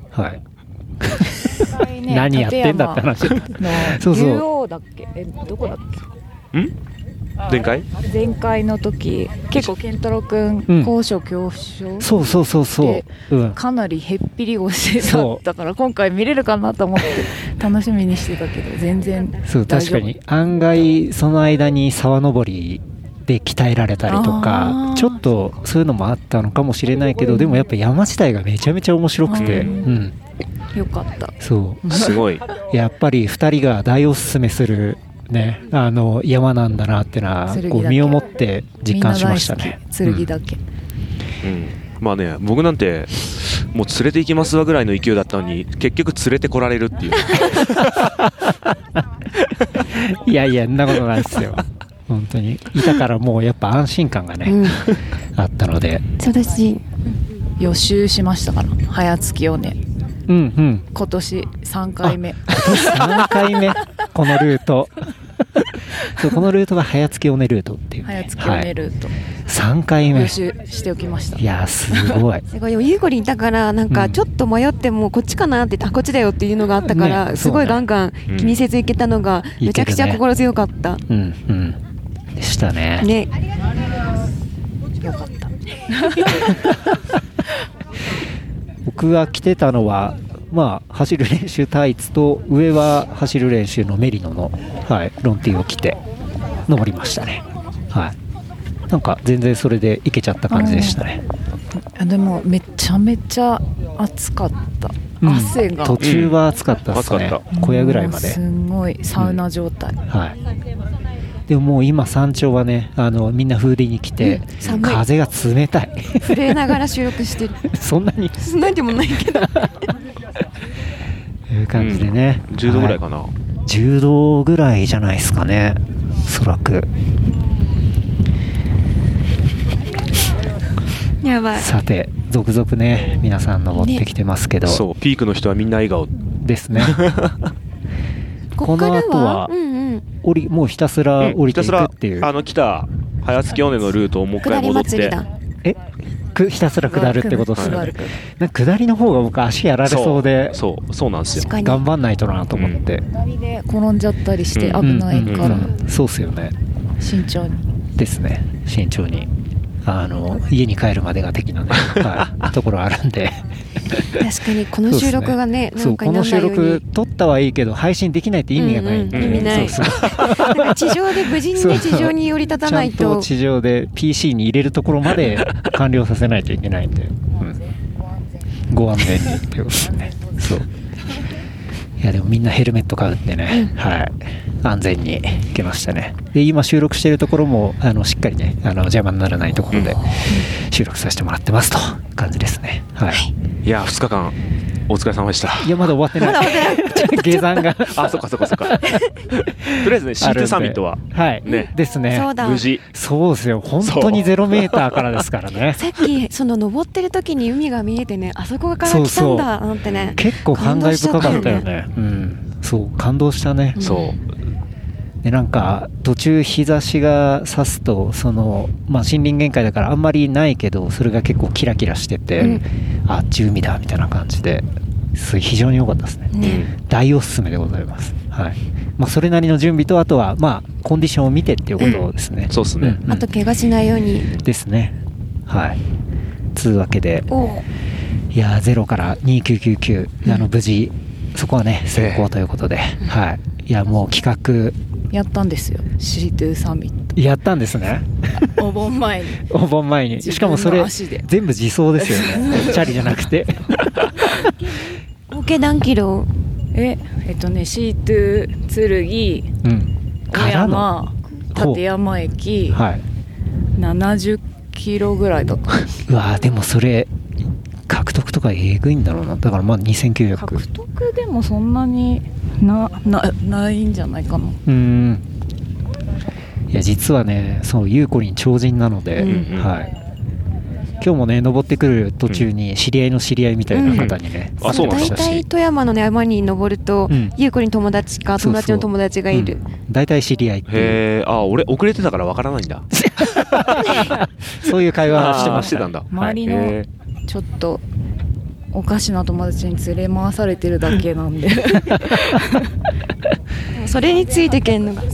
何やってんだって話。 そう竜王だっけ、どこだっけ、前回の時結構健太郎くん高所恐怖症、 そうかなりへっぴり腰だったから、今回見れるかなと思って楽しみにしてたけど全然そう、確かに案外その間に沢登りで鍛えられたりとか、ちょっとそういうのもあったのかもしれないけど、でもやっぱ山自体がめちゃめちゃ面白くて、 よかった。 そうすごいやっぱり2人が大おすすめするね、山なんだなってのはこう身をもって実感しましたね。 剣だけ、 まあね、僕なんてもう連れて行きますわぐらいの勢いだったのに、結局連れてこられるっていういやそんなことないですよ本当にいたからもうやっぱ安心感がね、あったので、 私予習しましたから、早月をね、今年3回目 3回目このルートこのルートが早月尾根ルートっていう、 早月尾根ルート、 3回目予習しておきました。 いやすごいすごい、ゆうこりんいたからなんかちょっと迷ってもこっちかなって言って、こっちだよっていうのがあったから、すごいガンガン気にせず行けたのがめちゃくちゃ心強かった。 でしたね。 よかった僕が着てたのは走る練習タイツと、上は走る練習のメリノの、ロンティーを着て登りましたね。なんか全然それでいけちゃった感じでしたね。 でもめちゃめちゃ暑かった、汗が途中は暑かったですね、小屋ぐらいまで。 すごいサウナ状態、 でももう今山頂はね、みんなフーディーに来て、風が冷たい震えながら収録してるそんなにでもないけどいう感じでね、 10度ぐらいかな、 10度ぐらいじゃないですかね、おそらく。 やばい。 さて続々ね皆さん登ってきてますけど、 そうピークの人はみんな笑顔ですね。この後はもうひたすら降りていくっていう、 来た早月尾根のルートをもう一回戻って、 ひたすら下るってことですよね。なんか下りの方が僕足やられそうで、 そうなんですよ。 頑張んないとなと思って。 下りで転んじゃったりして危ないから。 そうっすよね。 慎重に。 ですね。慎重に。家に帰るまでが的なね、ところあるんで。 確かにこの収録がね、 そうこの収録撮ったはいいけど配信できないって意味がないんで、 意味ない。地上で無事にね、地上に降り立たないと。 ちゃんと地上で PC に入れるところまで完了させないといけないんで、ご安全にっていうことですね。そう。いやでもみんなヘルメット買うんでね、安全に行けましたね。で今収録しているところもしっかりね邪魔にならないところで収録させてもらってますという感じですね。 いや2日間お疲れ様でした。 いやまだ終わってない。下山がそっかとりあえずね C2 サミットはねですね、 無事。 そうですよ、本当に0メーターからですからね。 さっき登ってる時に海が見えてね、あそこから来たんだなんてね、 結構感慨深かったよね。そう感動したね。 そうでなんか途中日差しが差すと森林限界だからあんまりないけど、それが結構キラキラしてて、あっち海だみたいな感じで非常に良かったですね。大おすすめでございます。それなりの準備と、あとはコンディションを見てっていうことですね。 そうですね。 あと怪我しないようにですね。つうわけで、いや0から2999、無事そこはね成功ということで、いやもう企画やったんですよ。C2 サミットやったんですね。 お盆前にしかもそれ全部自走ですよね。チャリじゃなくて。 合計何キロ C2 剣、小山立山駅、70キロぐらいだった。 うわでもそれ獲得とかえぐいんだろうな。だから2900 獲得でもそんなにないんじゃないかな。 いや実はねゆうこりん超人なので、今日もね登ってくる途中に知り合いの知り合いみたいな方にね、 大体富山の山に登ると、ゆうこりん友達か友達の友達がいる。 大体知り合いっていう。 俺遅れてたからわからないんだ。 そういう会話してました。 周りのちょっとおかしな友達に連れ回されてるだけなんで。 それについてけんのが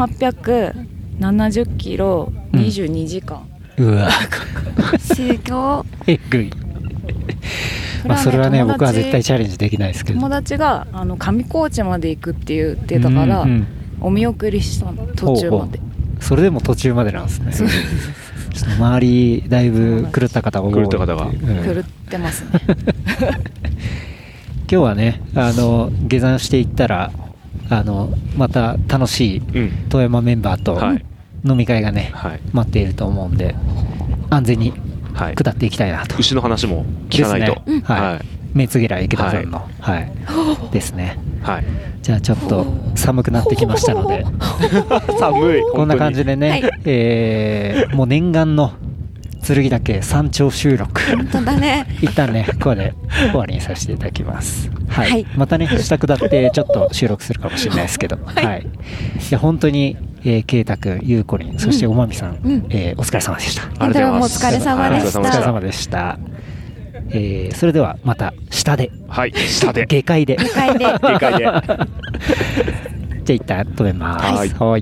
3870キロ22時間。 うわすごい。 えぐい。それはね僕は絶対チャレンジできないですけど、 友達が上高地まで行くって言ってたから、お見送りしたの途中まで。 それでも途中までなんですね。ちょっと周りだいぶ狂った方が多い。 狂ってますね。 今日はね下山していったらまた楽しい富山メンバーと飲み会がね、待っていると思うんで、安全に下っていきたいなと。 牛の話も聞かないと。 目つげら池田さんのですね。じゃあちょっと寒くなってきましたので寒い。 こんな感じでね、もう念願の剣岳山頂収録、 本当だね。 一旦ねここで終わりにさせていただきます。またね下下ってちょっと収録するかもしれないですけど、いや本当に圭太くん、ゆうこりん、そしておまみさん、お疲れ様でした。 ありがとうございます。お疲れ様でした。 お疲れ様でした。それではまた下で、 下で下界でじゃあ一旦止めます。はい。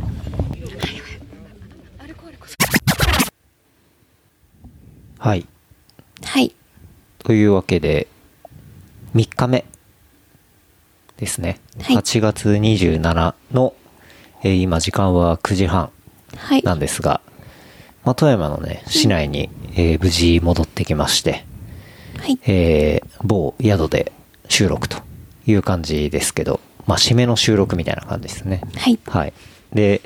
というわけで3日目ですね。8月27の、今時間は9時半なんですが、富山のね市内に、無事戻ってきまして、某宿で収録という感じですけど、締めの収録みたいな感じですね。で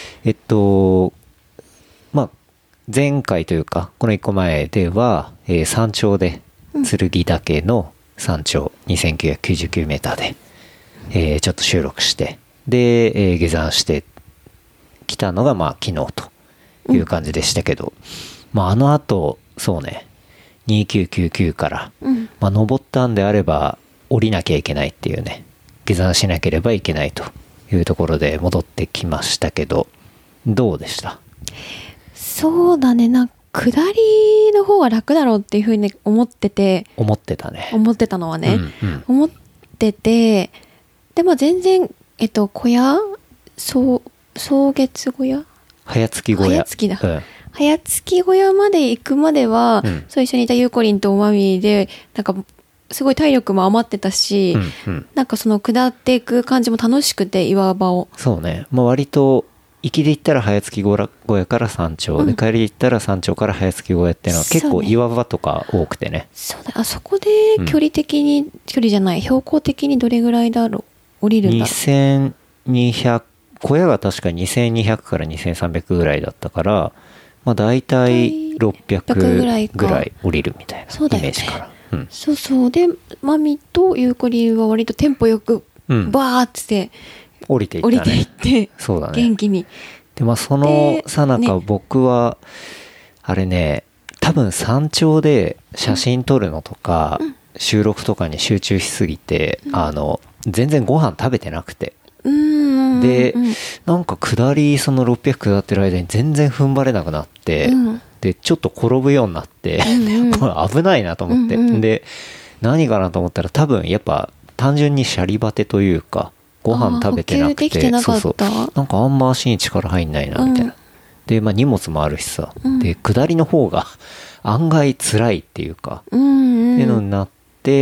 前回というかこの1個前では、山頂で剣岳の山頂 2999 メーターで、ちょっと収録してで、下山してきたのが昨日という感じでしたけど、あの後そうね、2999から、まあ、登ったんであれば降りなきゃいけないっていうね、下山しなければいけないというところで戻ってきましたけど、どうでした？ そうだね、下りの方が楽だろうっていうふうに思ってたのはね、思ってて、でも全然小屋、草月小屋、 早月小屋、 早月だ、早月小屋まで行くまでは、そう一緒にいたゆうこりんとおまみでなんかすごい体力も余ってたし、なんかその下っていく感じも楽しくて、岩場を。 そうね、まあ、割と行きで行ったら早月小屋から山頂、で帰りで行ったら山頂から早月小屋っていうのは結構岩場とか多くてね。 そうだ、あそこで距離的に、距離じゃない、標高的にどれぐらいだろう、降りるんだろう。 2200、小屋が確か2200から2300ぐらいだったから、まあ大体600ぐらい降りるみたいなイメージかな。 そうそう。で、マミとゆうこりんは割とテンポよく、バーって降りていって、そうだね。 元気に。 で、まあそのさなか僕は、あれね、多分山頂で写真撮るのとか、収録とかに集中しすぎて、全然ご飯食べてなくて。で、なんか下り、その600下ってる間に全然踏ん張れなくなって、で、ちょっと転ぶようになって、危ないなと思って。で、何かなと思ったら多分やっぱ単純にシャリバテというか、ご飯食べてなくて、そう。なんかあんま足に力入んないな、みたいな。で、まあ荷物もあるしさ。で、下りの方が案外辛いっていうか、っていうのになって、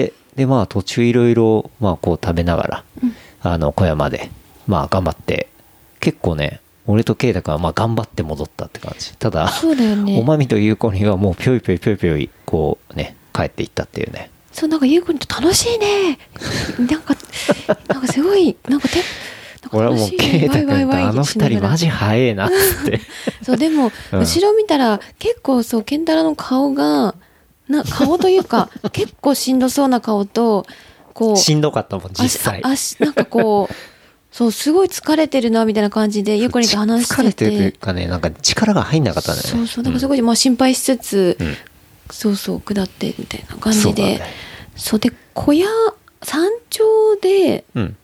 で、まあ途中いろいろ、まあこう食べながら、小山で、まあ頑張って、結構ね、俺とケイタ君はまあ頑張って戻ったって感じ。ただ、おまみとゆうこりんはもうぴょいぴょいぴょいぴょい、こうね、帰っていったっていうね。 そう、なんかゆうこりんと楽しいね。なんかすごい、 俺はもうケイタ君とあの二人マジ早えなっつって。 そう、でも、後ろ見たら結構そう、ケンタラの顔が、顔というか、結構しんどそうな顔と、こう。 しんどかったもん、実際。 なんかこう、そう、すごい疲れてるな、みたいな感じで、ゆうこりんと話してて。 疲れてるというかね、なんか力が入んなかったんだよね。 そうそう、なんかすごい、まあ心配しつつ、そうそう、下って、みたいな感じで。そうで、山頂で、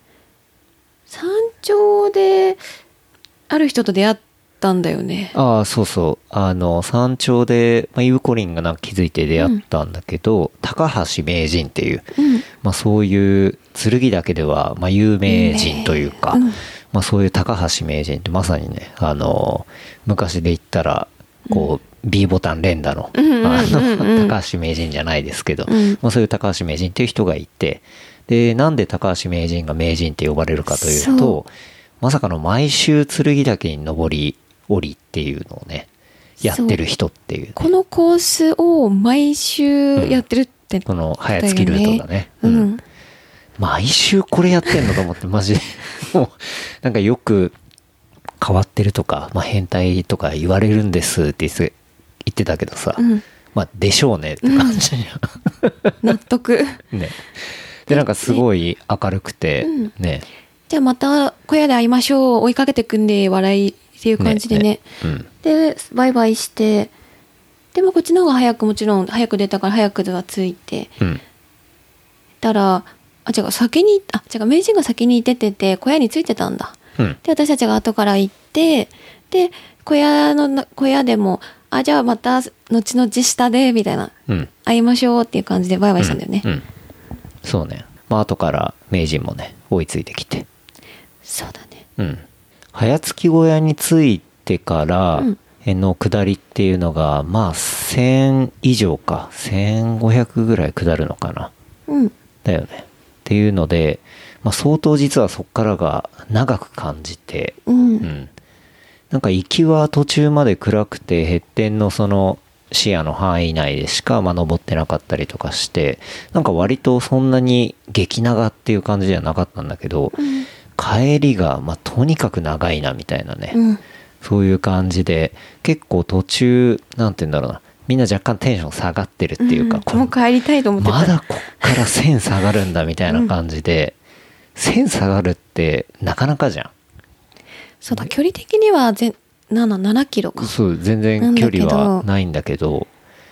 ある人と出会ったんだよね。 ああ、そうそう。山頂で、まあ、ゆうこりんがなんか気づいて出会ったんだけど、高橋名人っていう、まあそういう剣だけでは、まあ有名人というか、まあそういう高橋名人ってまさにね、昔で言ったら、こう、B ボタン連打の、高橋名人じゃないですけど、まあそういう高橋名人っていう人がいて、で、なんで高橋名人が名人って呼ばれるかというと、まさかの毎週剣岳に登り降りっていうのをね、やってる人っていう、ね。 このコースを毎週やってるって、 この早月ルートだね。毎週これやってんのと思って、マジで。もう、なんかよく変わってるとか、まあ変態とか言われるんですって言ってたけどさ、まあでしょうねって感じじゃん。 納得。 ね。で、なんかすごい明るくて、ね。 じゃあまた小屋で会いましょう、追いかけてくんで笑いっていう感じでね。で、バイバイして、でもこっちの方がもちろん早く出たから早くは着いて。たら、名人が先に出てて、小屋に着いてたんだ。で、私たちが後から行って、で、小屋でも、じゃあまた後々下で、みたいな、会いましょうっていう感じでバイバイしたんだよね。 そうね。まあ後から名人もね、追いついてきて。 そうだね。 早月小屋に着いてからの下りっていうのが、まあ1000以上か。1500ぐらい下るのかな。だよね。っていうので、まあ相当実はそっからが長く感じて、なんか行きは途中まで暗くて、へってんのその視野の範囲内でしか、まあ登ってなかったりとかして、なんか割とそんなに激長っていう感じではなかったんだけど、帰りが、まあ、とにかく長いなみたいなね、そういう感じで結構途中なんて言うんだろうな、みんな若干テンション下がってるっていうか、 もう帰りたいと思ってた。 まだこっから1000下がるんだみたいな感じで、1000下がるってなかなかじゃん。 そうだ、距離的には7キロか。 そう、全然距離はないんだけど、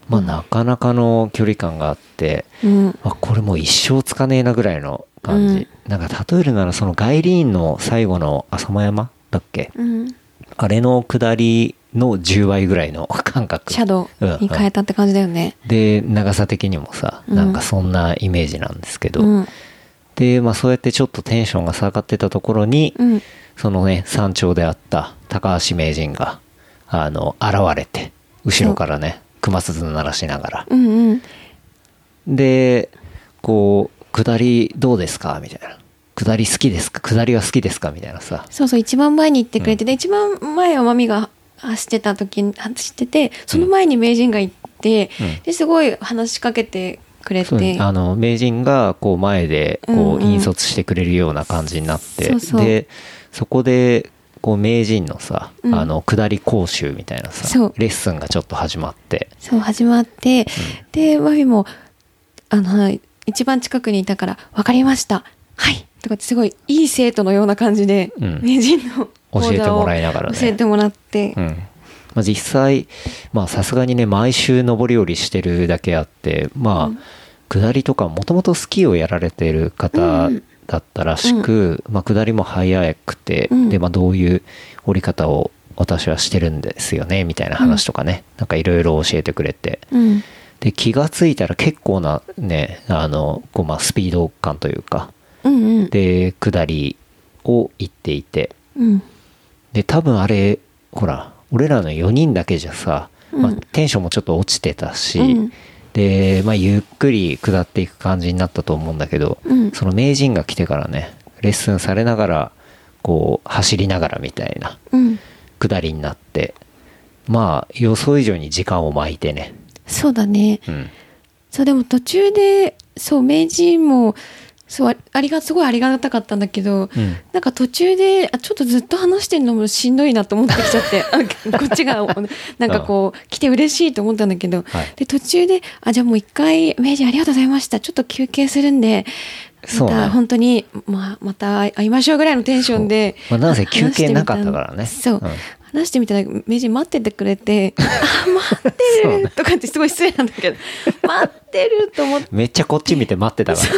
まあなかなかの距離感があって、これもう一生つかねえなぐらいの感じ。なんか例えるならその外輪院の最後の浅間山だっけ、あれの下りの10倍ぐらいの感覚。 シャドウに変えたって感じだよね。 で、長さ的にもさ、なんかそんなイメージなんですけど。で、まあそうやってちょっとテンションが下がってたところに、そのね、山頂であった高橋名人が、現れて、後ろからね、熊鈴鳴らしながら。で、こう、下りどうですかみたいな。下り好きですか、下りは好きですかみたいなさ。 そうそう、一番前に行ってくれて、で、一番前はマミが走ってて、その前に名人が行って、ですごい話しかけてくれて。 名人がこう前でこう引率してくれるような感じになって、で、そこで、こう名人のさ、下り講習みたいなさ、レッスンがちょっと始まって。 始まって、で、マミも、一番近くにいたから、わかりました。はい。とかってすごいいい生徒のような感じで、名人の教えてもらいながらね。 教えてもらって。 まあ、実際、まあさすがにね、毎週上り下りしてるだけあって、まあ、下りとかもともとスキーをやられてる方だったらしく、まあ下りも早くて、で、まあどういう降り方を私はしてるんですよね、みたいな話とかね、なんかいろいろ教えてくれて、で、気がついたら結構なね、こうまあスピード感というか、で、下りを行っていて、で、多分あれ、ほら、俺らの4人だけじゃさ、まあ、テンションもちょっと落ちてたし、で、まあ、ゆっくり下っていく感じになったと思うんだけど、その名人が来てからね、レッスンされながら、こう、走りながらみたいな、下りになって、まあ、予想以上に時間を巻いてね。 そうだね。そう、でも途中で、そう、名人も、そう、すごいありがたかったんだけど、なんか途中で、ちょっとずっと話してんのもしんどいなと思ってきちゃって、こっちが、なんかこう、来て嬉しいと思ったんだけど、で、途中で、じゃあもう一回、名人ありがとうございました。ちょっと休憩するんで、また本当に、また会いましょうぐらいのテンションで。 まあ、なんせ休憩なかったからね。 そう。話してみたら名人待っててくれて、待ってるとかってすごい失礼なんだけど、待ってると思って。 めっちゃこっち見て待ってたから。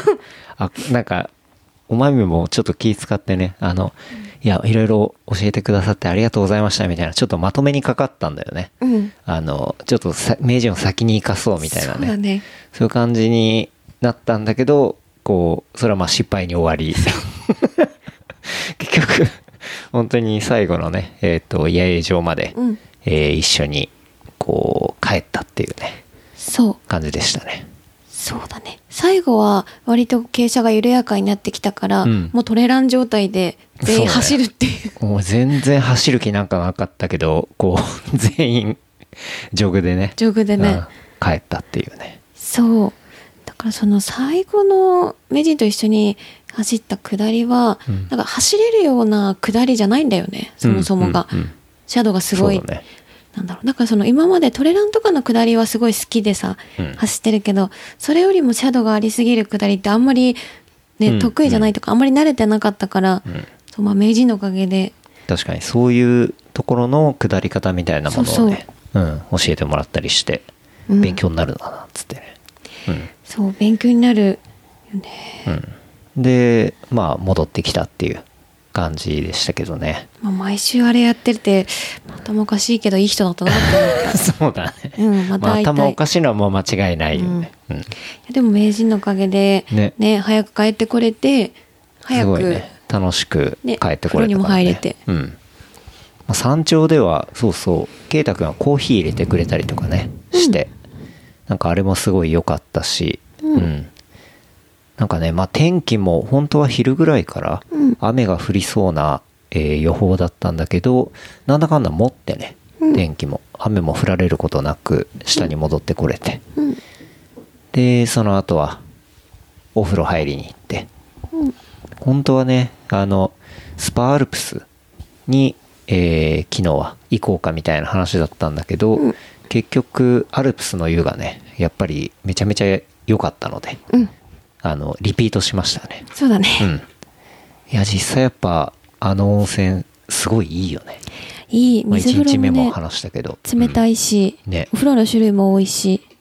なんか、おまみもちょっと気遣ってね、いや、いろいろ教えてくださってありがとうございましたみたいな、ちょっとまとめにかかったんだよね。ちょっと名人を先に生かそうみたいなね。 そうだね。 そういう感じになったんだけど、こう、それはまあ失敗に終わり。結局、本当に最後のね、野営場まで、一緒に、こう、帰ったっていうね、感じでしたね。 そうだね。最後は、割と傾斜が緩やかになってきたから、もうトレラン状態で、全員走るっていう。 もう全然走る気なんかなかったけど、こう、全員、ジョグでね。 ジョグでね。 帰ったっていうね。 そう。だからその最後の名人と一緒に走った下りは、なんか走れるような下りじゃないんだよね、そもそもが。シャドウがすごい、なんだろう、だからその今までトレランとかの下りはすごい好きでさ、走ってるけど、それよりもシャドウがありすぎる下りってあんまりね、得意じゃないとか、あんまり慣れてなかったから、そう、まあ名人のおかげで。 確かにそういうところの下り方みたいなものをね、教えてもらったりして、勉強になるな、なんつってね。 そう、勉強になるよね。 で、まあ戻ってきたっていう感じでしたけどね。 まあ、毎週あれやってて、頭おかしいけどいい人だったなって思った。 そうだね。また頭おかしいのはもう間違いないよね。 いやでも名人のおかげで、ね、早く帰ってこれて、早く、 すごいね、楽しく帰ってこれたからね。 風呂にも入れて。 山頂では、そうそう、圭太くんはコーヒー入れてくれたりとかね、して、なんかあれもすごい良かったし、なんかね、まあ天気も本当は昼ぐらいから雨が降りそうな、予報だったんだけど、なんだかんだ持ってね、天気も雨も降られることなく下に戻ってこれて、でその後はお風呂入りに行って、本当はね、スパアルプスに、昨日は行こうかみたいな話だったんだけど、結局アルプスの湯がね、やっぱりめちゃめちゃ良かったので、リピートしましたね。 そうだね。 いや、実際やっぱ温泉すごいいいよね。 いい、水風呂もね、 1日目も話したけど冷たいし、お風呂の種類も多いし、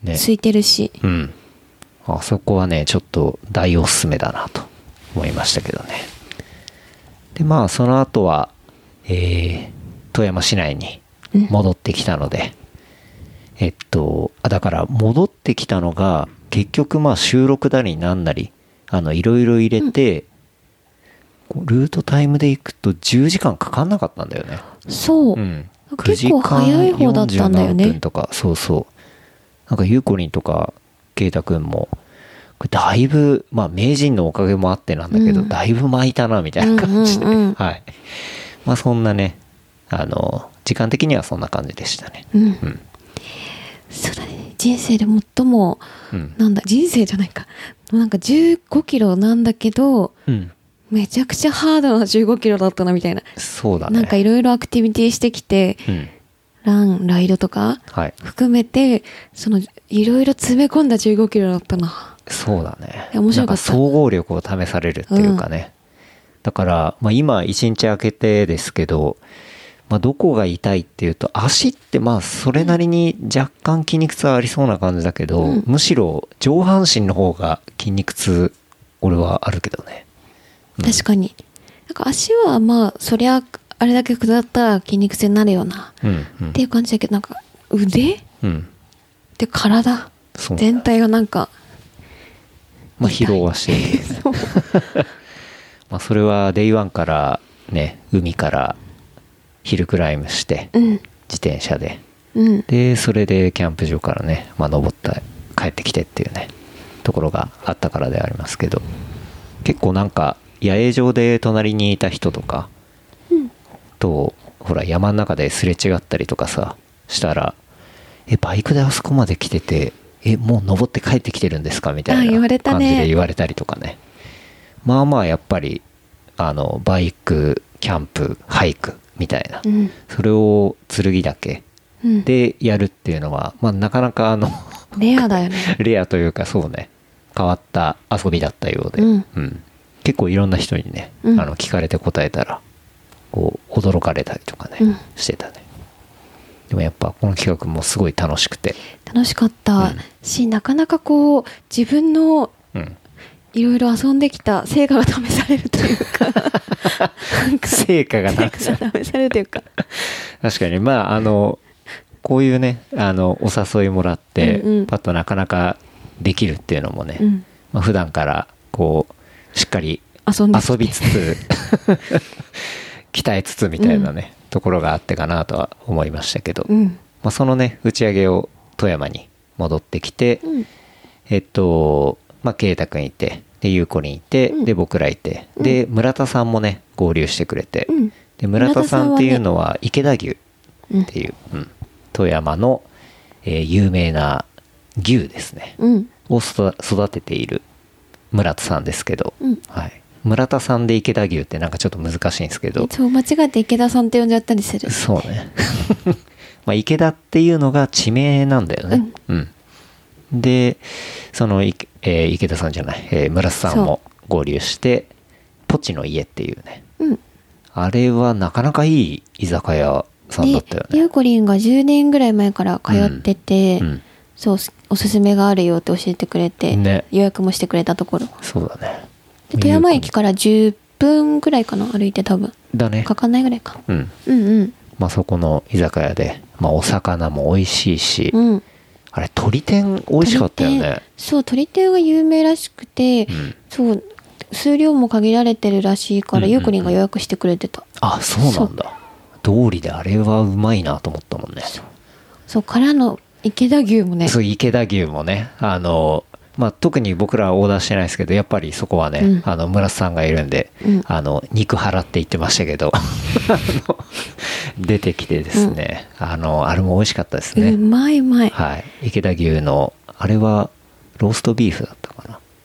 ね、 空いてるし、 うん、あそこはねちょっと大おすすめだなと思いましたけどね。でまあその後は、富山市内に戻ってきたので、だから戻ってきたのが結局まあ収録だりなんなりいろいろ入れて、ルートタイムで行くと10時間かかんなかったんだよね。 そう、結構早い方だったんだよね。9時間40何分とか、そうそう。なんかゆうこりんとかけいたくんもこれだいぶまあ名人のおかげもあってなんだけど、だいぶ巻いたなみたいな感じで、はい。まあそんなね時間的にはそんな感じでしたね。 そうだね。人生で最も、なんだ人生じゃないか。なんか15キロなんだけど。めちゃくちゃハードな15キロだったなみたいな。 そうだね。 なんかいろいろアクティビティしてきて、ライドとか含めて、いろいろ詰め込んだ15キロだったな。 そうだね。 面白かった。 総合力を試されるっていうかね。だから、まあ今1日空けてですけど、まあどこが痛いっていうと、足ってまあそれなりに若干筋肉痛はありそうな感じだけど、むしろ上半身の方が筋肉痛、俺はあるけどね。 確かに。なんか足はまあそりゃあれだけ下ったら筋肉痛になるよな、っていう感じだけど、なんか腕、で体全体がなんかまあ疲労はしてるけどね。まあそれはデイワンからね、海からヒルクライムして、自転車で、でそれでキャンプ場からね、まあ登った帰ってきてっていうねところがあったからでありますけど、結構なんか野営場で隣にいた人とかと、ほら山の中ですれ違ったりとかさしたら、バイクであそこまで来てて、もう登って帰ってきてるんですかみたいな感じで言われたりとかね。まあまあやっぱりバイクキャンプハイクみたいな、それを剣岳でやるっていうのは、まあなかなかレアだよね。 レアというか、そうね、変わった遊びだったようで、結構いろんな人にね、聞かれて答えたらこう驚かれたりとかね、してたね。でもやっぱこの企画もすごい楽しくて、 楽しかったし、なかなかこう自分のいろいろ遊んできた成果が試されるというか成果が試されるというか確かにまあこういうねお誘いもらって、パッとなかなかできるっていうのもね、まあ、普段からこうしっかり遊びつつ鍛えつつみたいなね、ところがあってかなとは思いましたけど、まあ、そのね打ち上げを富山に戻ってきて、まあ圭太くんいて、でゆうこりんいて、で僕らいて、で村田さんもね合流してくれて、で村田さんっていうのは池田牛っていう、富山の、有名な牛ですね、を育てている村田さんですけど、はい、村田さんで池田牛ってなんかちょっと難しいんですけど、 そう間違えて池田さんって呼んじゃったりする。 そうねまあ池田っていうのが地名なんだよね。でその池田さんじゃない、村田さんも合流してポチの家っていうね、あれはなかなかいい居酒屋さんだったよね。 ゆうこりんが10年ぐらい前から通ってて、そうおすすめがあるよって教えてくれて、予約もしてくれたところ。 そうだね。 富山駅から10分ぐらいかな、歩いて多分だね、 かかんないぐらいか。 まあそこの居酒屋で、まあお魚も美味しいし、あれ鶏天美味しかったよね。そう鶏天が有名らしくて、そう数量も限られてるらしいから、ゆうこりんが予約してくれてた。 あ、そうなんだ。通りであれはうまいなと思ったもんね。 そうからの池田牛もね。 そう池田牛もね、まあ、特に僕らはオーダーしてないですけど、やっぱりそこはね、村瀬さんがいるんで、肉払って言ってましたけど出てきてですね、あれも美味しかったですね。 うまいうまい。 はい、池田牛のあれはローストビーフだったか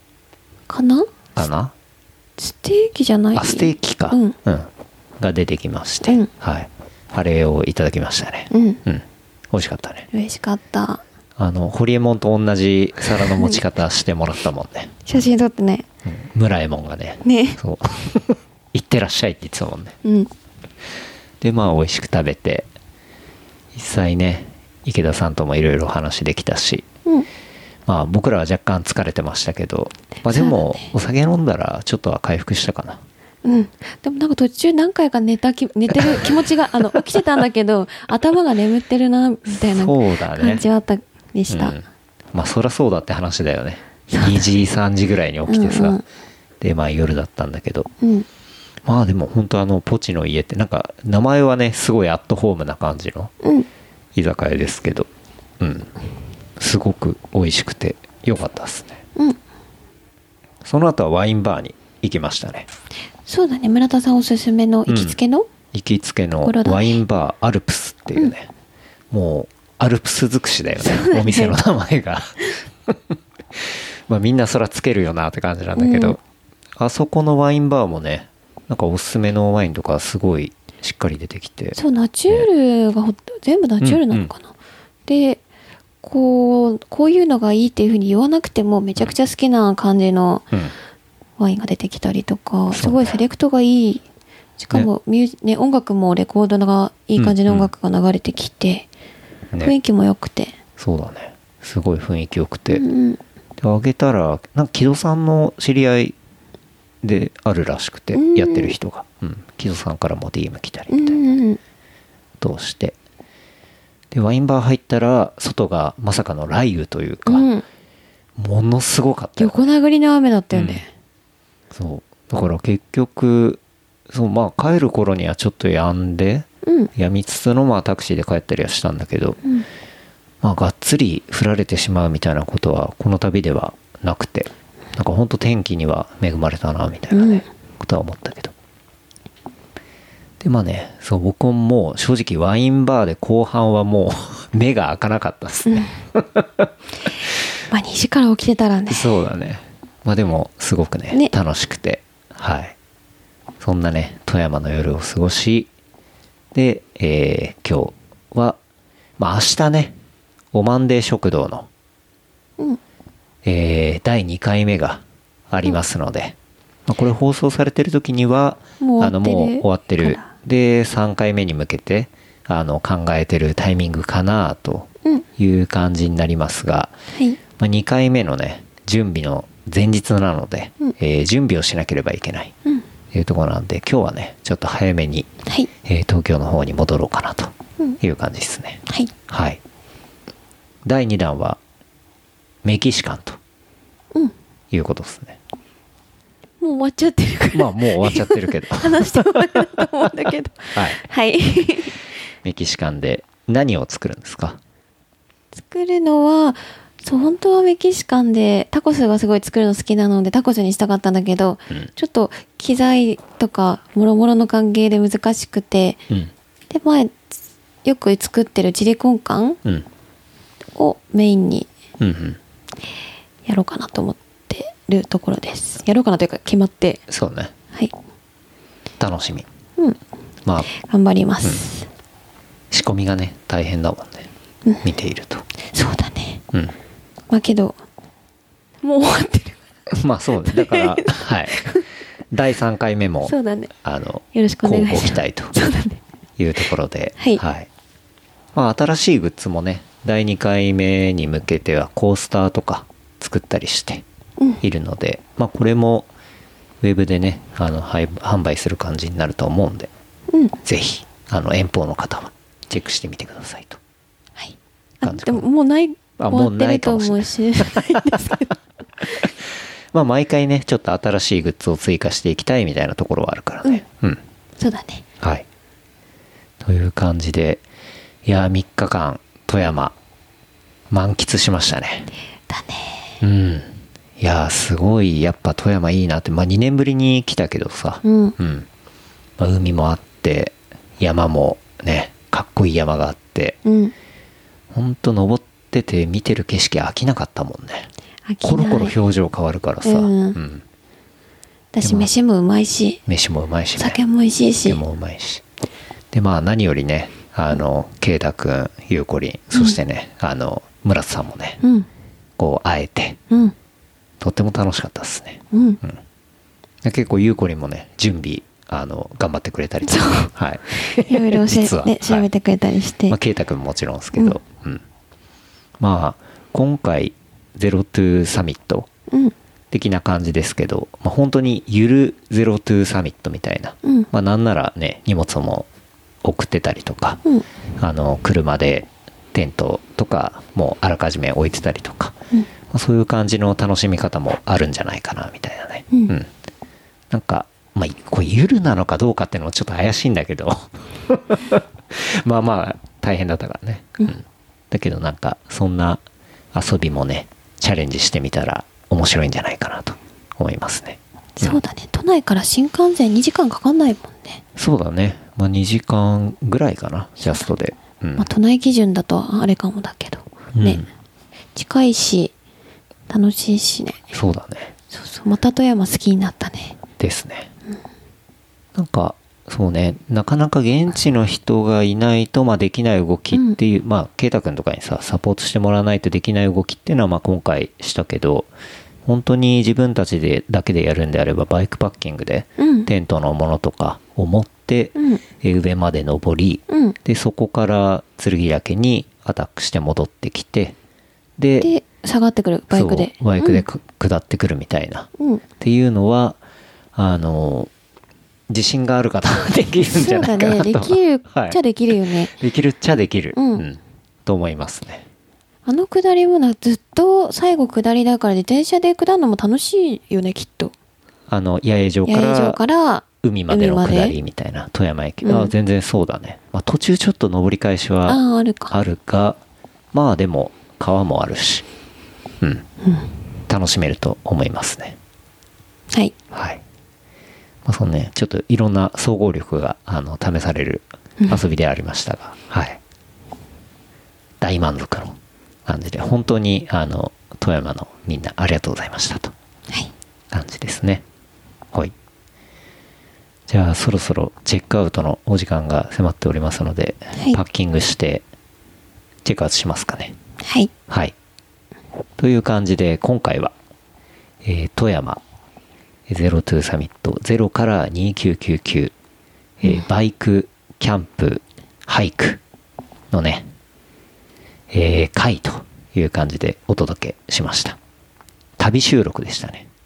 なステーキじゃない。 あ、ステーキか、が出てきまして、はい、あれをいただきましたね。美味しかったね。 美味しかった。 ホリエモンと同じ皿の持ち方してもらったもんね。 写真撮ってね。 村エモンがね。そう行ってらっしゃいって言ってたもんね。でまあ美味しく食べて、実際ね池田さんともいろいろ話できたし、 まあ僕らは若干疲れてましたけど、まあでもお酒飲んだらちょっとは回復したかな。 でもなんか途中何回か寝てる気持ちが起きてたんだけど頭が眠ってるなみたいな感じはあったでした。 まあそりゃそうだって話だよね。2時3時ぐらいに起きてさ、でまあ夜だったんだけど、まあでも本当ポチの家ってなんか名前はねすごいアットホームな感じの居酒屋ですけど、すごく美味しくて良かったですね。その後はワインバーに行きましたね。 そうだね、村田さんおすすめの行きつけのワインバーアルプスっていうね、もうアルプス尽くしだよね、お店の名前がまあみんなそらつけるよなって感じなんだけど、あそこのワインバーもね、なんかおすすめのワインとかすごいしっかり出てきて、 そうナチュールが、全部ナチュールなのかな、でこういうのがいいっていう風に言わなくてもめちゃくちゃ好きな感じのワインが出てきたりとか、すごいセレクトがいい。しかも音楽もレコードがいい感じの音楽が流れてきて、雰囲気も良くて、 そうだね、すごい雰囲気良くて、であげたらなんか木戸さんの知り合いであるらしくて、やってる人が、木戸さんからも DM 来たりみたいなどうして、でワインバー入ったら外がまさかの雷雨というか、ものすごかったよ、 横殴りの雨だったよね。 そうだから結局まあ帰る頃にはちょっと止んで、止みつつのまあタクシーで帰ったりはしたんだけど、まあがっつり降られてしまうみたいなことはこの旅ではなくて、なんか本当天気には恵まれたなみたいなね、ことは思ったけど、でまあね、僕も正直ワインバーで後半はもう目が開かなかったですね、 まあ2時から起きてたらね。 そうだね。まあでもすごくね楽しくて、はい、そんなね富山の夜を過ごし、で、今日はまあ明日ねおマンデー食堂の、第2回目がありますので、まあ、これ放送されてる時にはもう終わってるで、3回目に向けて考えてるタイミングかなという感じになりますが、まあ、2回目のね準備の前日なので、準備をしなければいけないというところなんで、今日はねちょっと早めに、東京の方に戻ろうかなという感じですね。はい、第2弾はメキシカンということですね。 もう終わっちゃってるから、 まあもう終わっちゃってるけど話してもらえると思うんだけどはいメキシカンで何を作るんですか？ 作るのは本当はメキシカンでタコスがすごい作るの好きなのでタコスにしたかったんだけど、ちょっと機材とかもろもろの関係で難しくて、で前よく作ってるチリコンカンをメインにやろうかなと思ってるところです。やろうかなというか決まって、 そうね、楽しみ。まあ頑張ります。 仕込みがね大変だもんね、見ていると。 そうだね。まあけどもう終わってるまあそうね、だからはい第3回目もそうだね、 よろしくお願いします。 期待というところで、まあ新しいグッズもね第2回目に向けてはコースターとか作ったりしているので、まあこれもウェブでね販売する感じになると思うんで、ぜひ遠方の方はチェックしてみてくださいと。 でももう終わってると思うしまあ毎回ねちょっと新しいグッズを追加していきたいみたいなところはあるからね。 そうだね。 はい。という感じで、いや3日間富山満喫しましたね。 だね。 いやすごいやっぱ富山いいなって、まあ2年ぶりに来たけどさ、まあ、海もあって山もねかっこいい山があって、ほんと登ってて見てる景色飽きなかったもんね。コロコロ表情変わるからさ、 私飯もうまいし、酒も美味しいし、 でまあ何よりね圭太くん、ゆうこりん、そしてね村津さんもね、こう会えて、とっても楽しかったですね。結構ゆうこりんもね準備頑張ってくれたりとか、 いろいろ教えて調べてくれたりして、 まあ圭太くんももちろんですけど、まあ今回02サミット的な感じですけど、本当にゆる02サミットみたいな、なんならね荷物も送ってたりとか、車でテントとかもあらかじめ置いてたりとか、そういう感じの楽しみ方もあるんじゃないかなみたいなね。なんかこれゆるなのかどうかっていうのもちょっと怪しいんだけどまあ大変だったからね、だけどなんかそんな遊びもねチャレンジしてみたら面白いんじゃないかなと思いますね。 そうだね、都内から新幹線2時間かかんないもんね。 そうだね、2時間ぐらいかな、ジャストで。 都内基準だとあれかもだけどね、近いし楽しいしね。 そうだね。 そうまた富山好きになったね。 ですね。なんかそうね、なかなか現地の人がいないとできない動きっていう、圭太くんとかにさサポートしてもらわないとできない動きっていうのは今回したけど、本当に自分たちだけでやるんであればバイクパッキングでテントのものとかを持って、上まで登り、でそこから剣岳にアタックして戻ってきて、 で下がってくるバイクで下ってくるみたいな、っていうのは自信がある方はできるんじゃないかなと。 そうだね、できるっちゃできるよね。 できるっちゃできる、と思いますね。 あの下りもずっと最後下りだから、自転車で下るのも楽しいよねきっと。 八重城から海までの下りみたいな、富山駅、全然そうだね。途中ちょっと登り返しはあるが、でも川もあるし、楽しめると思いますね。はい。そのね、ちょっといろんな総合力が試される遊びでありましたが、大満足の感じで、本当に富山のみんなありがとうございましたと、感じですね。はい。じゃあそろそろチェックアウトのお時間が迫っておりますので、パッキングしてチェックアウトしますかね。はい。という感じで今回は、富山02サミット0から2999、バイク、キャンプ、ハイクのね、回という感じでお届けしました。旅収録でしたね。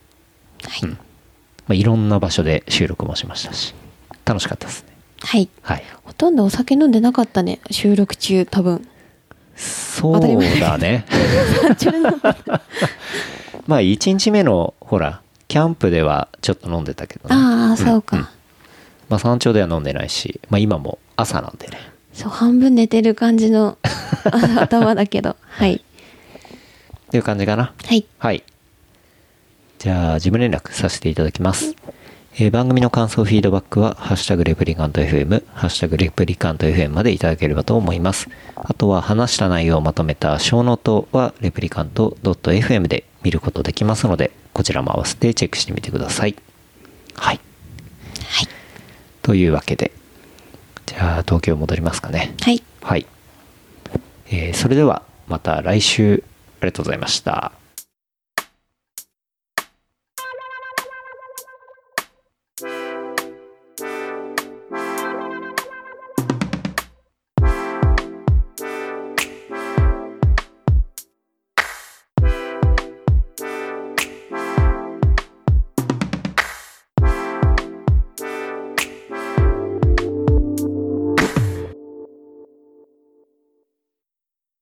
いろんな場所で収録もしましたし、楽しかったですね。 ほとんどお酒飲んでなかったね、収録中多分。 そうだね。1日目のほらキャンプではちょっと飲んでたけどね。 そうか。 山頂では飲んでないし、今も朝なんでね。 そう、半分寝てる感じの頭だけど、 っていう感じかな。はい。じゃあ事務連絡させていただきます。番組の感想フィードバックはハッシュタグレプリカント FM、ハッシュタグレプリカント FM までいただければと思います。あとは話した内容をまとめた小ノートはレプリカント .fm で見ることできますので、こちらも合わせてチェックしてみてください。はい。というわけで、じゃあ東京戻りますかね。はい。それではまた来週、ありがとうございました。